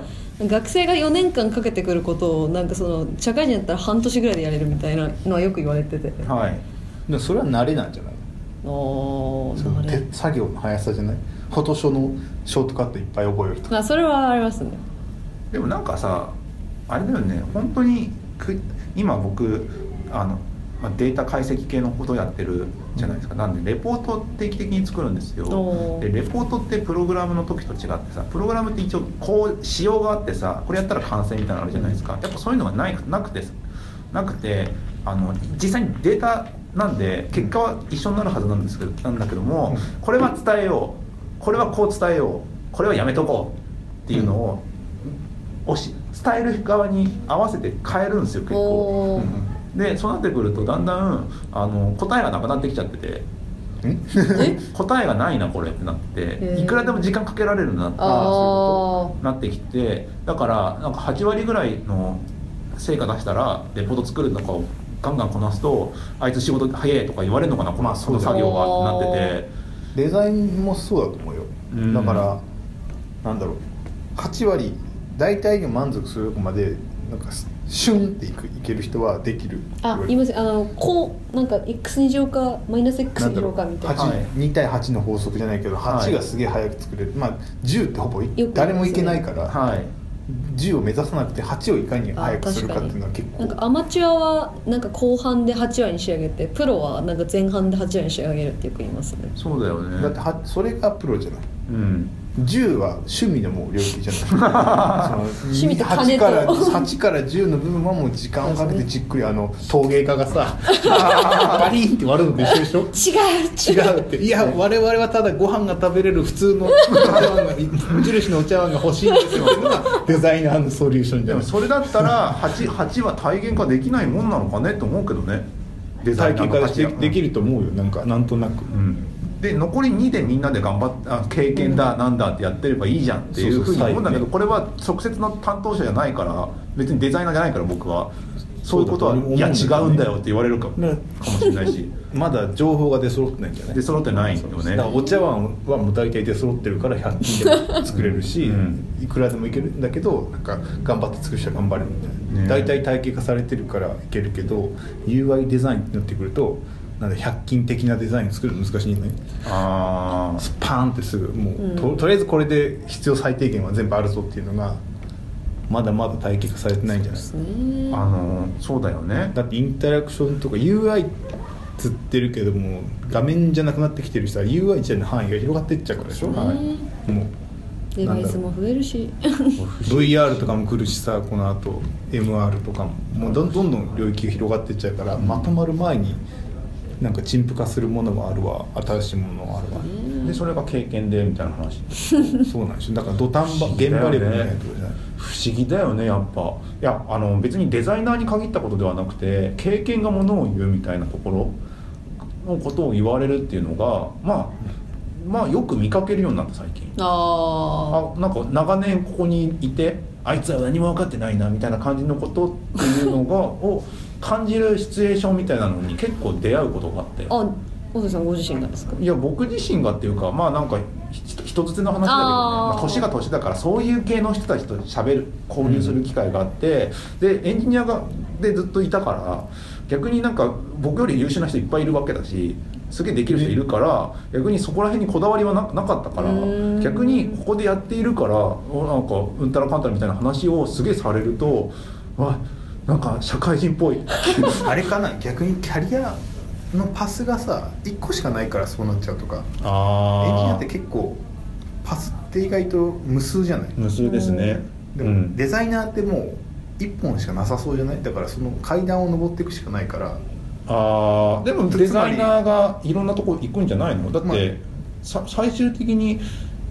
学生がよねんかんかけてくることをなんかその社会人だったら半年ぐらいでやれるみたいなのはよく言われてて、 はい、 でそれは慣れなんじゃないの？その手作業の速さじゃない？フォトショーのショートカットいっぱい覚えるとか。 あそれはありますね。 でもなんかさあれだよね本当にく今僕あの、まあ、データ解析系のことをやってるじゃないですか。なんでレポート定期的に作るんですよ。でレポートってプログラムの時と違ってさプログラムって一応こう仕様があってさこれやったら完成みたいなのあるじゃないですか。やっぱそういうのがないなくてなくてあの実際にデータなんで結果は一緒になるはずなんですけどなんだけどもこれは伝えようこれはこう伝えようこれはやめとこうっていうのを、うん、し伝える側に合わせて変えるんですよ結構。でそうなってくるとだんだんあの答えがなくなってきちゃってて答えがないなこれってなっていくらでも時間かけられるなってなってきてだからなんかはちわりぐらいの成果出したらレポート作るのかをガンガンこなすとあいつ仕事早いとか言われるのかなこの作業がってなっててデザインもそうだと思うよ、うん、だからなんだろうはちわり大体が満足するとこまでなんかシュンっていくいける人はできる。 あ、言いますあのこうなんか エックスに 乗かマイナス エックスに 乗かみたいな、 はい、に対はちの法則じゃないけどはちがすげえ早く作れる、はい、まあじゅうってほぼ誰もいけないから、はい、じゅうを目指さなくてはちをいかに早くするかっていうのは結構なんかアマチュアはなんか後半ではちわに仕上げてプロはなんか前半ではちわに仕上げるってよく言いますね。 そうだよね。 だってはそれがプロじゃない、 うん、 じゅうは趣味のもう領域じゃないその趣味と金とはち, からはちからじゅうの部分はもう時間をかけてじっくりあの陶芸家がさバリンって割るのと一緒でしょ。違う違うっていや我々はただご飯が食べれる普通のお茶碗が無印のお茶碗が欲しいんですよっていうのがデザイナーのソリューションじゃない。 でもそれだったら 8, 8は体現化できないもんなのかねと思うけどね。 デザイナーの体現化できると思うよなんかなんとなく、 うんで残りにでみんなで頑張ってあ経験だなんだってやってればいいじゃんっていうふうに思うんだけどこれは直接の担当者じゃないから別にデザイナーじゃないから僕はそういうことはいや違うんだよって言われるかも、ね、かもしれないしまだ情報が出揃ってないんじゃない出揃ってないよね。 だからお茶碗はもう大体出揃ってるからひゃく均でも作れるし、うん、いくらでもいけるんだけどなんか頑張って作る人は頑張れるみたいな、ね、大体体系化されてるからいけるけど ユーアイ デザインになってくるとなんでひゃく均的なデザイン作るの難しいんだね。あスパーンってすぐもう、うん、と, とりあえずこれで必要最低限は全部あるぞっていうのがまだまだ体系化されてないんじゃないですか。 あのそうだよね。 だってインタラクションとか ユーアイ つってるけども画面じゃなくなってきてる人は ユーアイ 自体の範囲が広がっていっちゃうからでしょ、はい、もうデバイスも増えるしブイアール とかも来るしさこの後 エムアール とかももうどんどん領域が広がっていっちゃうから、うん、まとまる前になんか陳腐化するものもあるわ新しいものもあるわでそれが経験でみたいな話そうなんですよ。だから土壇場現場レベルじゃないとじゃない不思議だよねやっぱ。いやあの別にデザイナーに限ったことではなくて経験がものを言うみたいなところのことを言われるっていうのがまあまあよく見かけるようになった最近。ああなんか長年ここにいてあいつは何も分かってないなみたいな感じのことっていうのがを感じるシチュエーションみたいなのに結構出会うことがあって。 あ小瀬さんご自身なんですか。 いや僕自身がっていうかまあなんか人づての話だけどね、まあ、年が年だからそういう系の人たちと喋る交流する機会があって、うん、でエンジニアがでずっといたから逆になんか僕より優秀な人いっぱいいるわけだしすげえできる人いるから逆にそこら辺にこだわりは な, なかったから逆にここでやっているからなんかうんたらかんたらみたいな話をすげえされるとわなんか社会人っぽいあれかな逆にキャリアのパスがさいっこしかないからそうなっちゃうとか。あエンジニアって結構パスって意外と無数じゃない。 無数ですね。 でも、うん、デザイナーってもういっぽんしかなさそうじゃない。だからその階段を登っていくしかないから。 あでもデザイナーがいろんなとこ行くんじゃないのだって、まあ、最終的に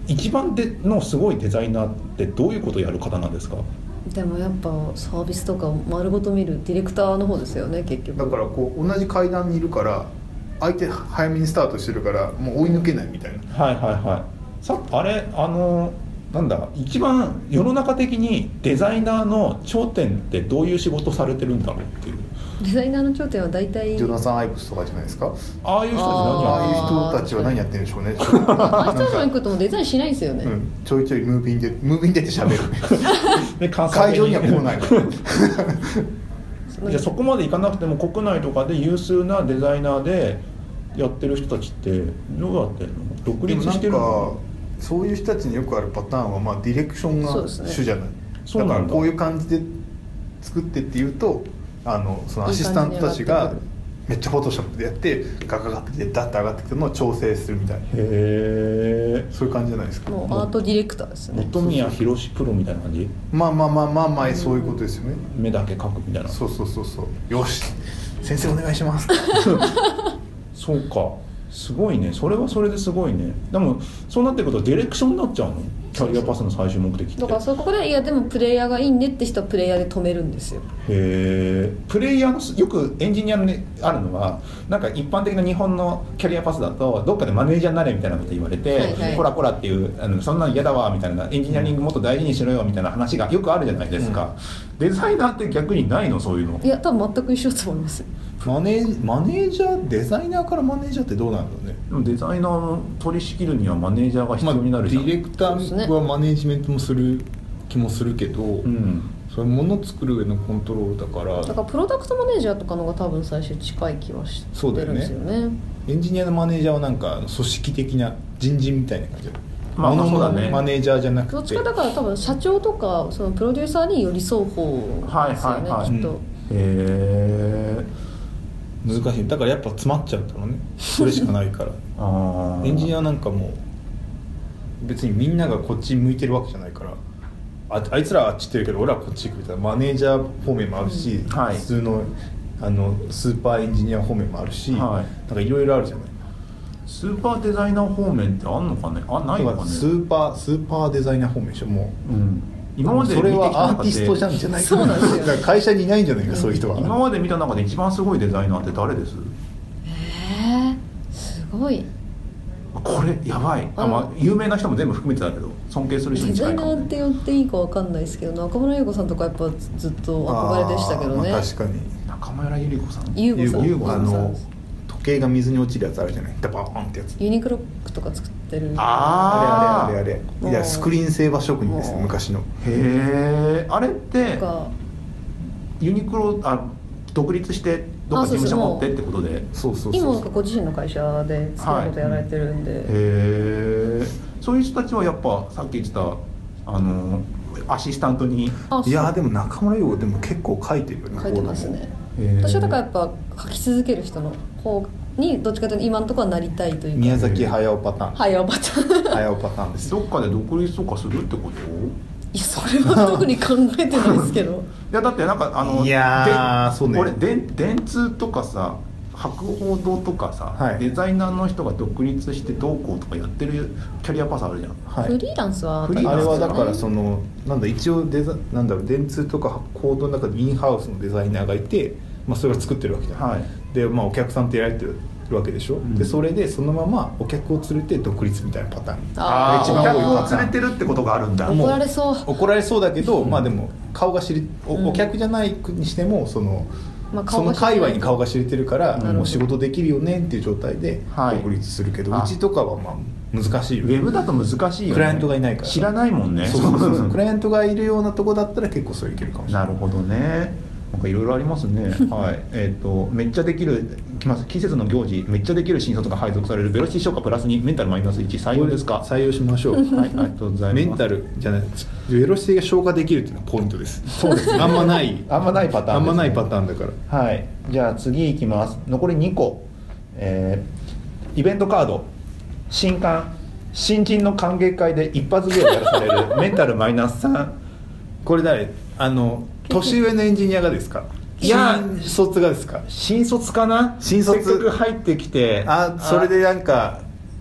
一番でのすごいデザイナーってどういうことをやる方なんですか？ でもやっぱサービスとか丸ごと見るディレクターの方ですよね結局。 だからこう同じ階段にいるから相手早めにスタートしてるからもう追い抜けないみたいな。 はいはいはい。さあれあのなんだ一番世の中的にデザイナーの頂点ってどういう仕事されてるんだろうっていう。 デザイナーの頂点は大体ジョナサン・アイブスとかじゃないですか。 ああいう人たち何ああいう人たちは何やってるんでしょうね。 ああいう人たちの行くともデザインしないんですよね、 うん、ちょいちょいムービーでムービーに出て喋るで会場には来ないじゃあそこまでいかなくても国内とかで有数なデザイナーでやってる人たちってどうやってるの？独立してるの？ なんかそういう人たちによくあるパターンは、まあ、ディレクションが主じゃない、 そうだからこういう感じで作ってっていうとあのそのアシスタントたちがめっちゃフォトショップでやってガガガってダッて上がってきたのを調整するみたいな。へえ。 そういう感じじゃないですか。 もうアートディレクターですね。 本宮宏プロみたいな感じ？ まあまあまあまあまあそういうことですよね。 目だけ描くみたいな。 そうそうそうそう。よし先生お願いしますそうかすごいね。それはそれですごいね。でもそうなってくるとディレクションになっちゃうの？キャリアパスの最終目的って。 だからそこでいやでもプレイヤーがいいねって人はプレイヤーで止めるんですよ。 へえ。プレイヤーのよくエンジニアに、ね、あるのはなんか一般的な日本のキャリアパスだとどっかでマネージャーになれみたいなこと言われて、はいはい、コラコラっていうあのそんなの嫌だわみたいなエンジニアリングもっと大事にしろよみたいな話がよくあるじゃないですか、うん、デザイナーって逆にないのそういうの？ いや多分全く一緒だと思いますよ。 マネー、マネージャーデザイナーからマネージャーってどうなんだろうね。 でもデザイナーを取り仕切るにはマネージャーが必要になるじゃん、 まあ、ディレクターはマネージメントもする気もするけど、うん、それ物を作る上のコントロールだからだからプロダクトマネージャーとかのが多分最初近い気はしてるんですよね。 よねエンジニアのマネージャーはなんか組織的な人事みたいな感じだ。 まあ、 物そうだね、 マネージャーじゃなくてどっちかだから多分社長とかそのプロデューサーに寄り添う方ですよね、はいはいはい、きっと、うん、へえ難しい。だからやっぱ詰まっちゃうんだろうねそれしかないからあエンジニアなんかもう別にみんながこっち向いてるわけじゃないから あ, あいつらはあっち行ってるけど俺はこっち行くみたいなマネージャー方面もあるし、うんはい、普通 の, あのスーパーエンジニア方面もあるし、はい、なんかいろいろあるじゃない。 スーパーデザイナー方面ってあんのかね。あないのかね。 スーパースーパーデザイナー方面でしょもう、うん今までそれはアーティストじゃんじゃないかな。そうなんですよ。だから会社にいないんじゃないか、うん、そういう人は。 今まで見た中で一番すごいデザイナーって誰です？ えー、すごい。 これやばい。あ、まあ、有名な人も全部含めてだけど尊敬する人に近いかも、ね、 デザイナーって言っていいかわかんないですけど中村優子さんとかやっぱずっと憧れでしたけどね。 まあ、確かに中村ゆり子さん。 優子さん。 優子さんの時計が水に落ちるやつあるじゃない。ダバーンってやつ。 ユニクロックとか作ってる。 ああれあれあれあれ。いやスクリーンセーバー職人ですよ昔の。 へえ。あれってユニクロあ独立してどっか事務所持ってってことで。 そうそうそう。 今なんかご自身の会社でそういうことやられてるんで。はい、へえ。そういう人たちはやっぱさっき言ってたあのアシスタントに。 いやでも中村優子でも結構書いてるよね。 書いてますね。私はだからやっぱ書き続ける人の方にどっちかというと今のところはなりたいというか。 宮崎駿パターン。 駿パターン。 駿パターンです。 どっかで独立とかするってこと？ いやそれは特に考えてないですけど。 いやだってなんかあのいやそうね。 俺電電通とかさ博報堂とかさ、はい、デザイナーの人が独立してどうこうとかやってるキャリアパスあるじゃん、 はい、フリーランスはフリーランス、ね、あれはだからそのなんだ一応デザなんだろう電通とか博報堂の中でインハウスのデザイナーがいて、まあ、それを作ってるわけじゃん、はい、で、まあ、お客さんとやられてるわけでしょ、うん、でそれでそのままお客を連れて独立みたいなパターンあ一番多いパターン。お客を連れてるってことがあるんだ。 怒られそう怒られそうだけど、うん、まあでも顔が知り お,、うん、お客じゃないにしてもそのまあ、その界隈に顔が知れてるから、うん、もう仕事できるよねっていう状態で独立するけど、はい、うちとかはまあ難しいよ、ね、 ウェブだと難しいよね。 クライアントがいないから知らないもんね。 そうそうそうクライアントがいるようなとこだったら結構それいけるかもしれない。 なるほどね。なんかいろいろありますねはいえっ、ー、とめっちゃできるきます季節の行事めっちゃできる新卒が配属されるベロシティ消化プラスにメンタルマイナスいち採用ですか？ 採用しましょうはいありがとうございます。 メンタルじゃないベロシティが消化できるっていうのがポイントです。 そうです、ね、 あんまないあんまないパターンです、ね、 あんまないパターンだから。 はいじゃあ次いきます。残りにこ、えー、イベントカード新刊新人の歓迎会で一発芸をやらされるメンタルマイナスさん。 これ誰あの年上のエンジニアがですか？いや新卒がですか？ 新卒かな。 新卒せっかく入ってきてあそれでなんか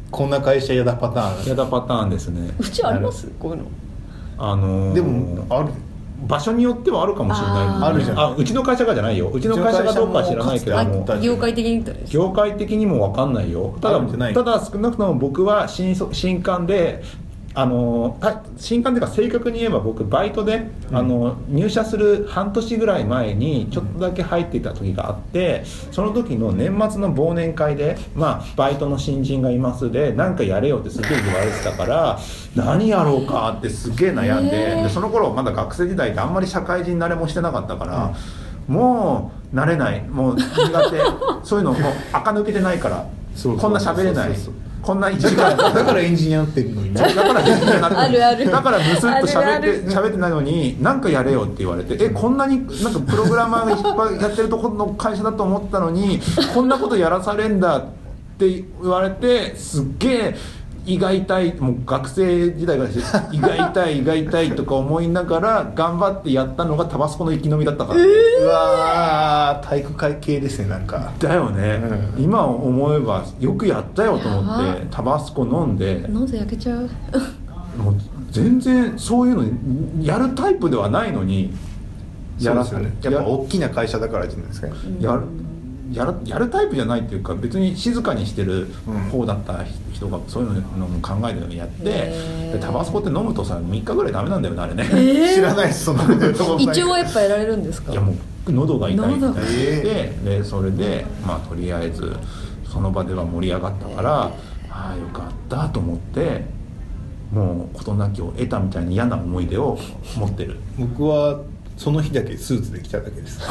こんな会社やだパターンやだパターンですね。 うちありますこういうの。 あのー、 でもある場所によってはあるかもしれない。 あるじゃん。 あ、うちの会社がじゃないよ。うちの会社がどうかは知らないけども、 業界的に言ったらです。 業界的にも分かんないよ。ただただ少なくとも僕は新新刊で、あの新刊というか正確に言えば僕バイトで、うん、あの入社する半年ぐらい前にちょっとだけ入っていた時があって、その時の年末の忘年会で、まあ、バイトの新人がいますで何かやれよってすげえ言われてたから何やろうかってすげえ悩んで、でその頃まだ学生時代であんまり社会人慣れもしてなかったから、うん、もう慣れない、もう苦手そういうのもう垢抜けてないからこんな喋れない、こんないちじかんだからエンジニアってるのに、 だからエンジニアになってるあるあるだからムスッと喋って喋ってないのに何かやれよって言われて、えこんなになんかプログラマーがいっぱいやってるところの会社だと思ったのにこんなことやらされんだって言われて、すっげえ胃が痛い、もう学生時代からして胃が痛い胃が痛いとか思いながら頑張ってやったのがタバスコの生き延びだったから、ね、 うわー体育会系ですね。なんかだよね、うん、今思えばよくやったよと思ってタバスコ飲んで飲んで焼けちゃうもう全然そういうのやるタイプではないのにやらせる、ね、やっぱ大きな会社だからじゃないですか、 やるやるやるタイプじゃないっていうか別に静かにしてる方だった人がそういうのも考えるようにやって、でタバスコって飲むとさみっかぐらいダメなんだよねあれね、えー、知らないですその胃腸はやっぱやられるんですか。 いやもう喉が痛いみたいで、 えー、でそれでまあとりあえずその場では盛り上がったから、ああよかったと思ってもう事なきを得たみたいに嫌な思い出を持ってる。 僕はその日だけスーツで来ただけです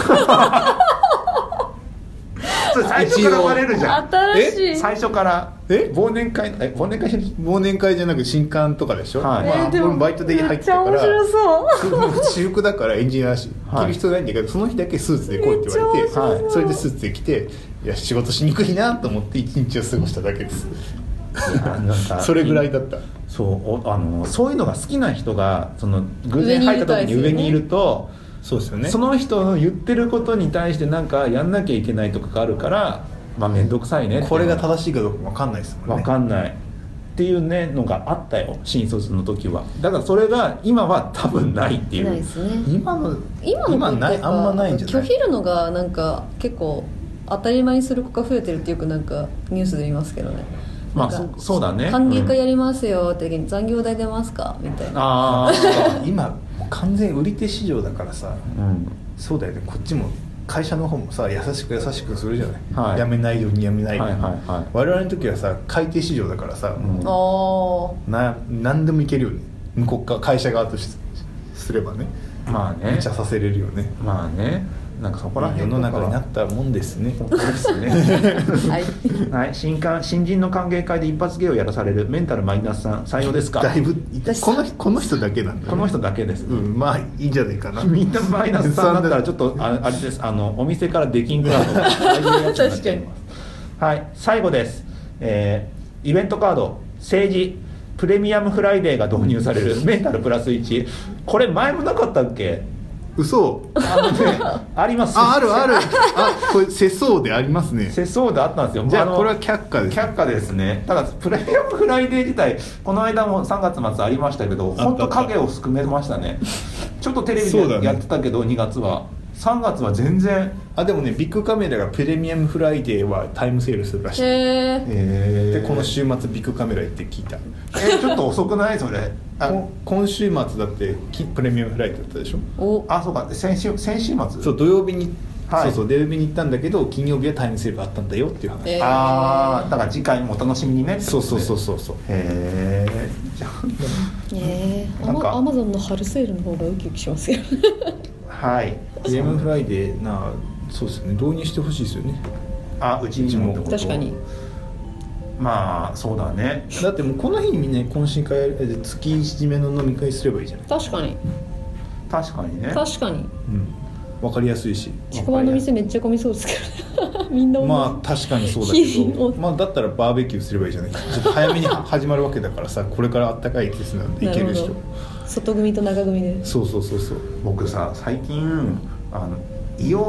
最初からバレるじゃん。 新しい。 最初からえ忘年会え忘年会忘年会じゃなく新刊とかでしょ、 はい、 まあ、 えー、でもバイトで入ってたからめっちゃ面白そう私服だからエンジニアだし着る必要ないんだけど、はい、その日だけスーツで来いって言われて、はい、それでスーツで来ていや仕事しにくいなと思って一日を過ごしただけです。なんかそれぐらいだった。 そうあのそういうのが好きな人がその偶然入った時に上にいるとそうですよね、 その人の言ってることに対してなんかやんなきゃいけないとかがあるからまあ面倒くさいねってこれが正しいかどうか分かんないですもんね。 分かんないっていうねのがあったよ新卒の時は。だからそれが今は多分ないっていう。 ないですね。 今の今の今ないあんまないんじゃない。 拒否るのがなんか結構当たり前にする子が増えてるってよくなんかニュースで見ますけどね。 まあ そ, そうだね。 歓迎会やりますよって時に残業代出ますかみたいな。 ああ今完全売り手市場だからさ、うん、そうだよね。こっちも会社の方もさ優しく優しくするじゃない、はい、やめないようにやめないように、はいはいはい、我々の時はさ買い手市場だからさ、うん、な何でもいけるよね。向こうか会社側としすればね、 まあね無茶させれるよね。 まあねなんかそこら辺世の中になったもんですね。 本当ですねはい、はい、新歓新人の歓迎会で一発芸をやらされるメンタルマイナスさん採用ですか。 だいぶこのこの人だけなんだ、ね、 この人だけです、 うん、まあいいんじゃないかな。 みんなマイナスさんだったらちょっとああれです、あのお店から出禁クラウド確かに。はい、最後です、えー、イベントカード政治プレミアムフライデーが導入されるメンタルプラスいち。これ前もなかったっけ。 嘘。 あのねあります。 ああるある。あこれ世相でありますね。 世相であったんですよ。 じゃあこれは却下です、 ね、却下ですね。ただプレミアムフライデー自体この間もさんがつ末ありましたけど本当影を含めましたね。ちょっとテレビでやってたけど、ね、にがつはさんがつは全然。 あでもねビッグカメラがプレミアムフライデーはタイムセールするらしい。 へえ。でこの週末ビッグカメラ行って聞いた。 えー、ちょっと遅くないそれ。 あ今週末だってプレミアムフライデーだったでしょ。 おあそうか先週先週末。 そう土曜日に、 はい、 そうそう土曜日に行ったんだけど金曜日はタイムセールがあったんだよっていう話。 えー、ああだから次回もお楽しみにね。 そうそうそうそうそう。 へえ。じゃあえー、なんかアマゾンの春セールの方がウキウキしますよはい。 プレミアムフライデーなそうですね導入してほしいですよね。 あうちにもってこと。 確かに。 まあそうだね。 だってもうこの日にみんな懇親会月一締めの飲み会すればいいじゃない。 確かに確かにね。 確かに、 うん、分かりやすいし近場の店めっちゃ混みそうですけどみんなまあ確かにそうだけどまあだったらバーベキューすればいいじゃない。ちょっと早めに始まるわけだからさこれからあったかい季節なんでいけるでしょ。 外組と中組で。 そうそうそうそう。 僕さ最近あの胃を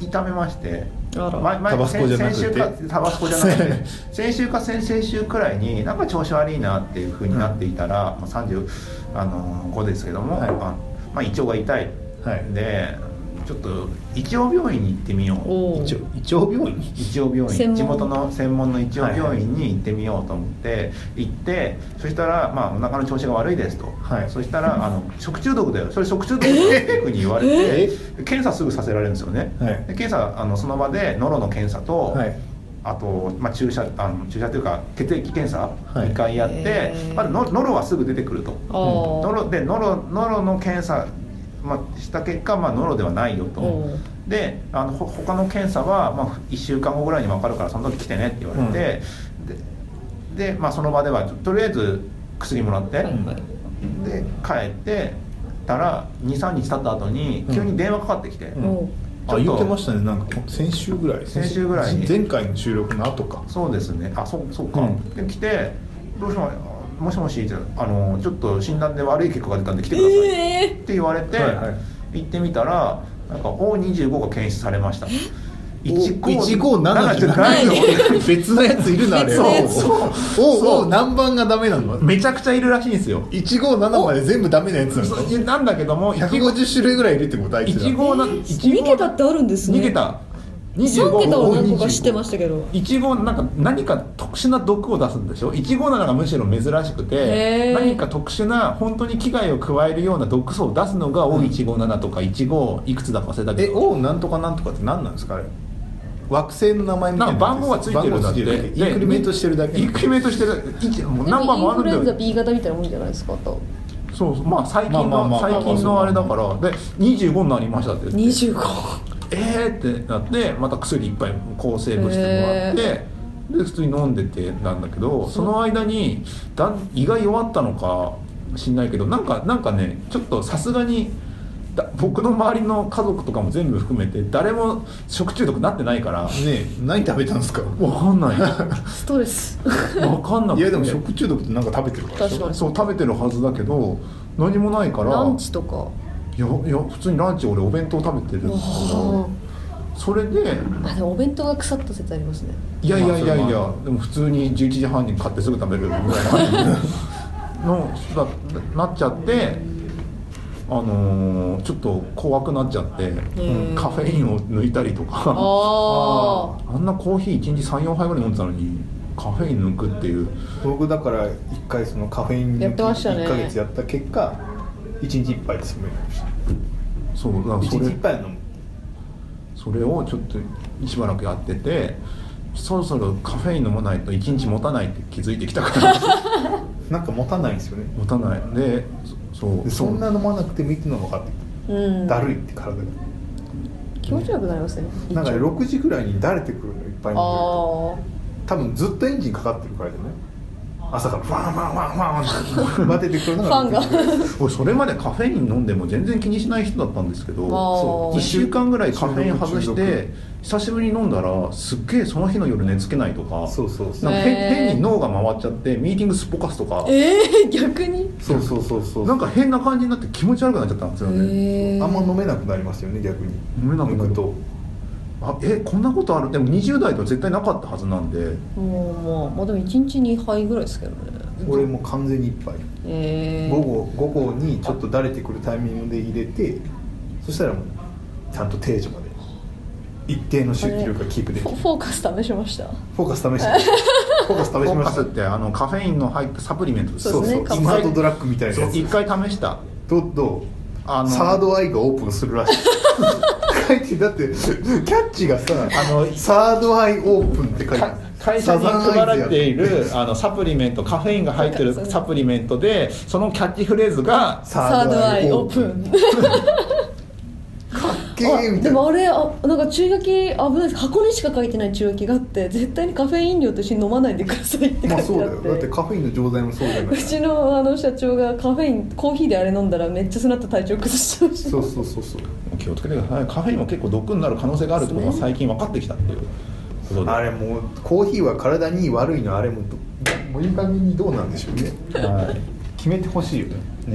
痛めまして、 あら前前タバスコじゃなくて先週かタバスコじゃなくて先週か先々週くらいになんか調子悪いなっていう風になっていたら、うん、さんじゅうごですけども、はい、あまあ、胃腸が痛い、はい、でちょっと胃腸病院に行ってみよう。 胃腸病院胃腸病院地元の専門の胃腸病院に行ってみようと思って行って、そしたら、まあ、お腹の調子が悪いですと、はい、そしたらあの食中毒だよ、それ食中毒だっていうふうに言われて検査すぐさせられるんですよね、はい、で検査あのその場でノロの検査と、はい、あと、まあ、注射あの注射というか血液検査にかいやって、はい、まずノロはすぐ出てくると、うん、ノロでノロノロの検査まあ、した結果、まあ、ノロではないよと。であの他の検査は、まあ、いっしゅうかんごぐらいに分かるからその時来てねって言われて、うん、で, で、まあ、その場ではとりあえず薬もらって、はい、で帰ってたら にさんにち経った後に急に電話かかってきて、うんうん、 あ言ってましたね、なんか先週ぐらい先週ぐらいに前回の収録の後か。 そうですね、あそうそうか、うん、で来てどうしようもしもしってあのちょっと診断で悪い結果が出たんで来てくださいって言われて、はいはい、行ってみたらなんか オーにじゅうご が検出されました。 いちごーななじゃないの別のやついるのあれ。そうそう何番がダメなの。 めちゃくちゃいるらしいんですよ。 いちごーななまで全部ダメなやつなんですか。なんだけどもひゃくごじゅっしゅるいぐらいいるってことあいつら。 いちごなに桁ってあるんですね。 に桁にじゅうごさん桁は何個か知ってましたけど、 いちごなんか何か特殊な毒を出すんでしょ。いちごなながむしろ珍しくて、何か特殊な本当に危害を加えるような毒素を出すのが オーいちごなな とかいちごいくつだか忘れたけど、 え オー なんとかなんとかって何なんですかあれ。惑星の名前みたいな番号がついてるんだって。インクリメントしてるだけ。 インクリメントしてるもう何番もあるんだよ。 インフルエンザ B 型みたいなもんじゃないですかと。 そうそう、まあ最近の最近のあれだからでにじゅうごになりましたって言ってにじゅうごえーってなってまた薬いっぱい抗生物質もらって、で普通に飲んでてなんだけど、その間にだん胃が弱ったのか知んないけどなんかなんかねちょっとさすがにだ僕の周りの家族とかも全部含めて誰も食中毒なってないからねえ何食べたんですか分かんないストレス分かんなくて。 いやでも食中毒ってなんか食べてるから確かにそう食べてるはずだけど何もないからランチとかいやいや普通にランチ俺お弁当食べてるんですけどそれであでもお弁当が腐った説ありますね。 いやいやいやいやでも普通にじゅういちじはんに買ってすぐ食べるぐらいのだなっちゃってあのー、ちょっと怖くなっちゃって、うん、カフェインを抜いたりとか あ, あんなコーヒーいちにちさんよんはいぐらい飲んでたのにカフェイン抜くっていう。 僕だからいっかいそのカフェイン抜きいっかげつやった結果いちにちいっぱいで済むようになりました。 そうだからそれいちにちいっぱい飲む。それをちょっとしばらくやっててそろそろカフェイン飲まないといちにち持たないって気づいてきたからなんか持たないんですよね。 持たないで そ, そうでそんな飲まなくてもいいっていうのが分かってきた、うん、だるいって体が気持ち悪くなりますね。 なんかろくじぐらいにだれてくるのいっぱい飲んでると多分ずっとエンジンかかってるからじゃない。朝からファンファンファンファンって出てくるのがファンが俺それまでカフェイン飲んでも全然気にしない人だったんですけどそういっしゅうかんぐらいカフェイン外して久しぶりに飲んだらすっげえその日の夜寝つけないとかそうそうそうなんか変に脳が回っちゃってミーティングすっぽかすとかえー、逆にそうそうそうそうなんか変な感じになって気持ち悪くなっちゃったんですよね。 あんま飲めなくなりますよね逆に。 飲めなくなるとあえこんなことある。でもにじゅう代とは絶対なかったはずなんでもうまあ、まあ、でもいちにちにはいぐらいですけどね。 俺も完全にいっぱい、えー、午後午後にちょっとだれてくるタイミングで入れてそしたらもうちゃんと定時まで一定の集中力がキープできる。 フォーカス試しました。 フォーカス試しましたフォーカス試しました。フォーカスってあのカフェインの入ったサプリメントです。 そうそうスマートドラッグみたいなやつ一回試した。 どうどうあのサードアイがオープンするらしい書いてだってキャッチがさあのサードアイオープンって書いてある。 会社に配られているあのサプリメントカフェインが入ってるサプリメントでそのキャッチフレーズがサードアイオープンかっけーみたいな。 でもあれあなんか注意書き危ないです。箱にしか書いてない注意書きがあって絶対にカフェイン量と一緒に飲まないでくださいって書いてあって、まあ、そうだよだってカフェインの錠剤もそうじゃないうちのあの社長がカフェインコーヒーであれ飲んだらめっちゃその後体調崩しちゃうしそうそうそうそう気をつけてください。カフェインも結構毒になる可能性があるってことが最近分かってきたっていうあれもうコーヒーは体に悪いのあれももういい加減にどうなんでしょうね、はい、決めてほしいよね。 ね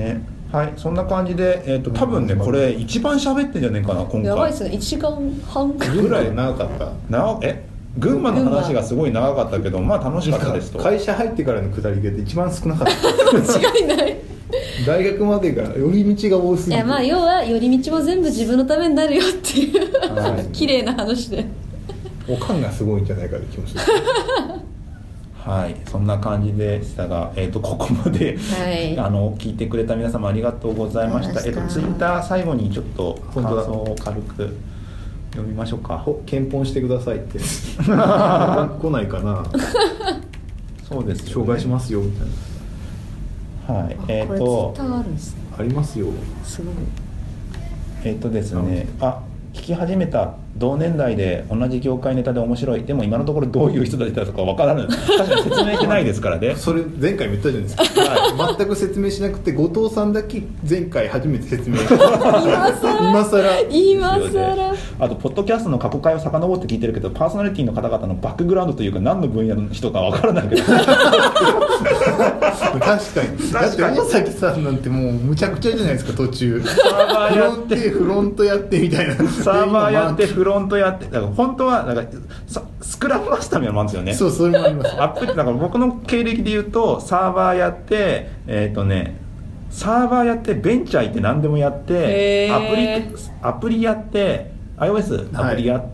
はい、そんな感じで、えー、と多分ねこれ一番喋ってんじゃねえかな今回。 やばいですね、いちじかんはんぐらい長かった。 なえ群馬の話がすごい長かったけど、まあ楽しかったですと。 会社入ってからの下りで一番少なかった間違いない大学までが寄り道が多すぎて、 いやまあ要は寄り道も全部自分のためになるよっていう、はい、綺麗な話でおかんがすごいんじゃないかって気もするはい、そんな感じでしたが、えー、とここまで、はい、あの聞いてくれた皆様ありがとうございました。えー、とツイッター最後にちょっと感想を軽く読みましょうか。 検本してくださいって来ないかなそうです、ね、 紹介しますよみたいな。はい、えっ、ー、とあるんですね。 ありますよ。 すごい。 えっ、ー、とですね、あ聞き始めた同年代で同じ業界ネタで面白い、でも今のところどういう人たちだとか分からない。確かに説明してないですからねそれ前回も言ったじゃないですか、はい、全く説明しなくて後藤さんだけ前回初めて説明今さら今さらあとポッドキャストの過去回を遡って聞いてるけど、パーソナリティの方々のバックグラウンドというか何の分野の人か分からないけど確かに。だって大崎さんなんてもうむちゃくちゃじゃないですか。途中サーバーやってフロントやってみたいな、 サーバーやってフロントやって、だから本当はなんかスクラムマスターみたいなもんですよね。 そう、それもあります。 アップだから僕の経歴で言うとサーバーやってえっ、ー、とねサーバーやってベンチャー行って何でもやってアプリアプリやって iOS アプリやって、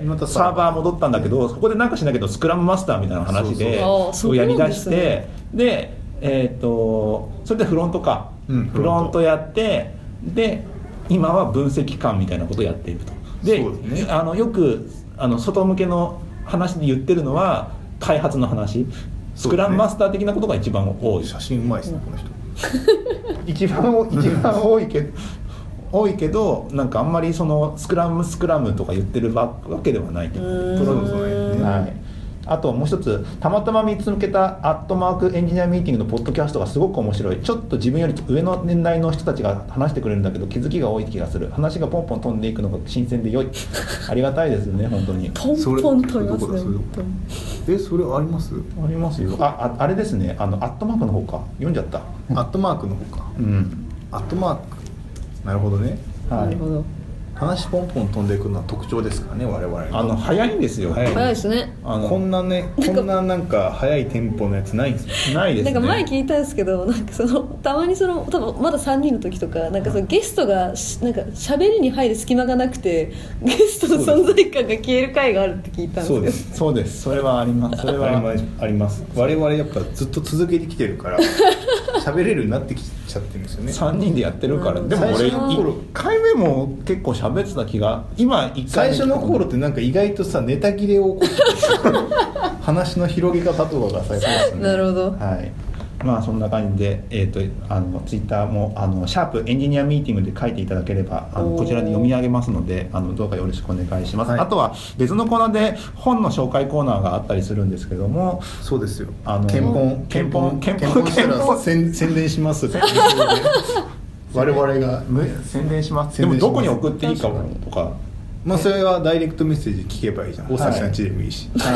はい、サーバー戻ったんだけど、そこで何かしなきゃスクラムマスターみたいな話でそうやりだして、でえっ、ー、とそれでフロントか、うん、フロントやってで今は分析官みたいなことをやっていると。で、そうですね、あのよくあの外向けの話で言ってるのは開発の話、スクラムマスター的なことが一番多い。 写真うまいですね、この人一番一番多いけど多いけどなんかあんまりそのスクラムスクラムとか言ってるわけではない。プロのそのね、はい。あともう一つ、たまたま見つけたアットマークエンジニアミーティングのポッドキャストがすごく面白い。ちょっと自分より上の年代の人たちが話してくれるんだけど気づきが多い気がする。話がポンポン飛んでいくのが新鮮で良い。ありがたいですね、本当に。 ポンポン飛びますね。 え、それあります？ ありますよ。あ、あ、あれですね、あのアットマークの方か、読んじゃった。 アットマークの方か。 うん。 アットマーク。なるほどね。 はい。 なるほど。 話ポンポン飛んでいくのは特徴ですからね、我々。 あの早いんですよ。 早いですね。 あのこんなね、こんななんか早いテンポのやつないんですよ。 ないですね。 なんか前聞いたんですけど、なんかそのたまにその多分まださんにんの時とか、なんかそのゲストがなんか喋りに入る隙間がなくて、ゲストの存在感が消える回があるって聞いたんですよ。 そうです。そうです。それはあります。それはあります。我々やっぱずっと続けてきてるから。喋れるようになってきちゃってるんですよね。 さんにんでやってるから。でも俺いっかいめも結構喋ってた気が。今いっかいめ最初の頃ってなんか意外とさネタ切れを起こして話の広げ方とかがさ、 ね、なるほど。 はい。まあそんな感じで、えー、とあのツイッターもあのシャープエンジニアミーティングで書いていただければあのこちらで読み上げますので、あのどうかよろしくお願いします、はい、あとは別のコーナーで本の紹介コーナーがあったりするんですけども、 そうですよ、 あの検本検本検本したら宣伝しますって我々が宣伝します。でもどこに送っていいかとか、 まあそれはダイレクトメッセージ聞けばいいじゃん、大崎さん家でもいいし、はい、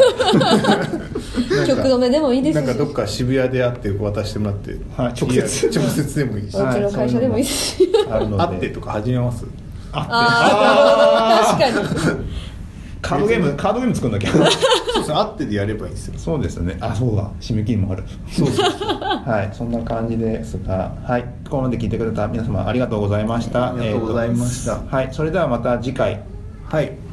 曲止めでもいいですし、 なんかどっか渋谷で会って渡してもらって、 はい、直接直接でもいいし、 お家の会社でもいいし、 会ってとか始めます。会って、 あー確かにカードゲームカードゲーム作んなきゃそうですね、会ってでやればいいですよ。 そうですね。あ、そうだ、締め切りもある。 そうそうそうはい、そんな感じですが、はい、ここまで聞いてくれた皆様ありがとうございました。 ありがとうございました。 えー、はい、それではまた次回。 はい。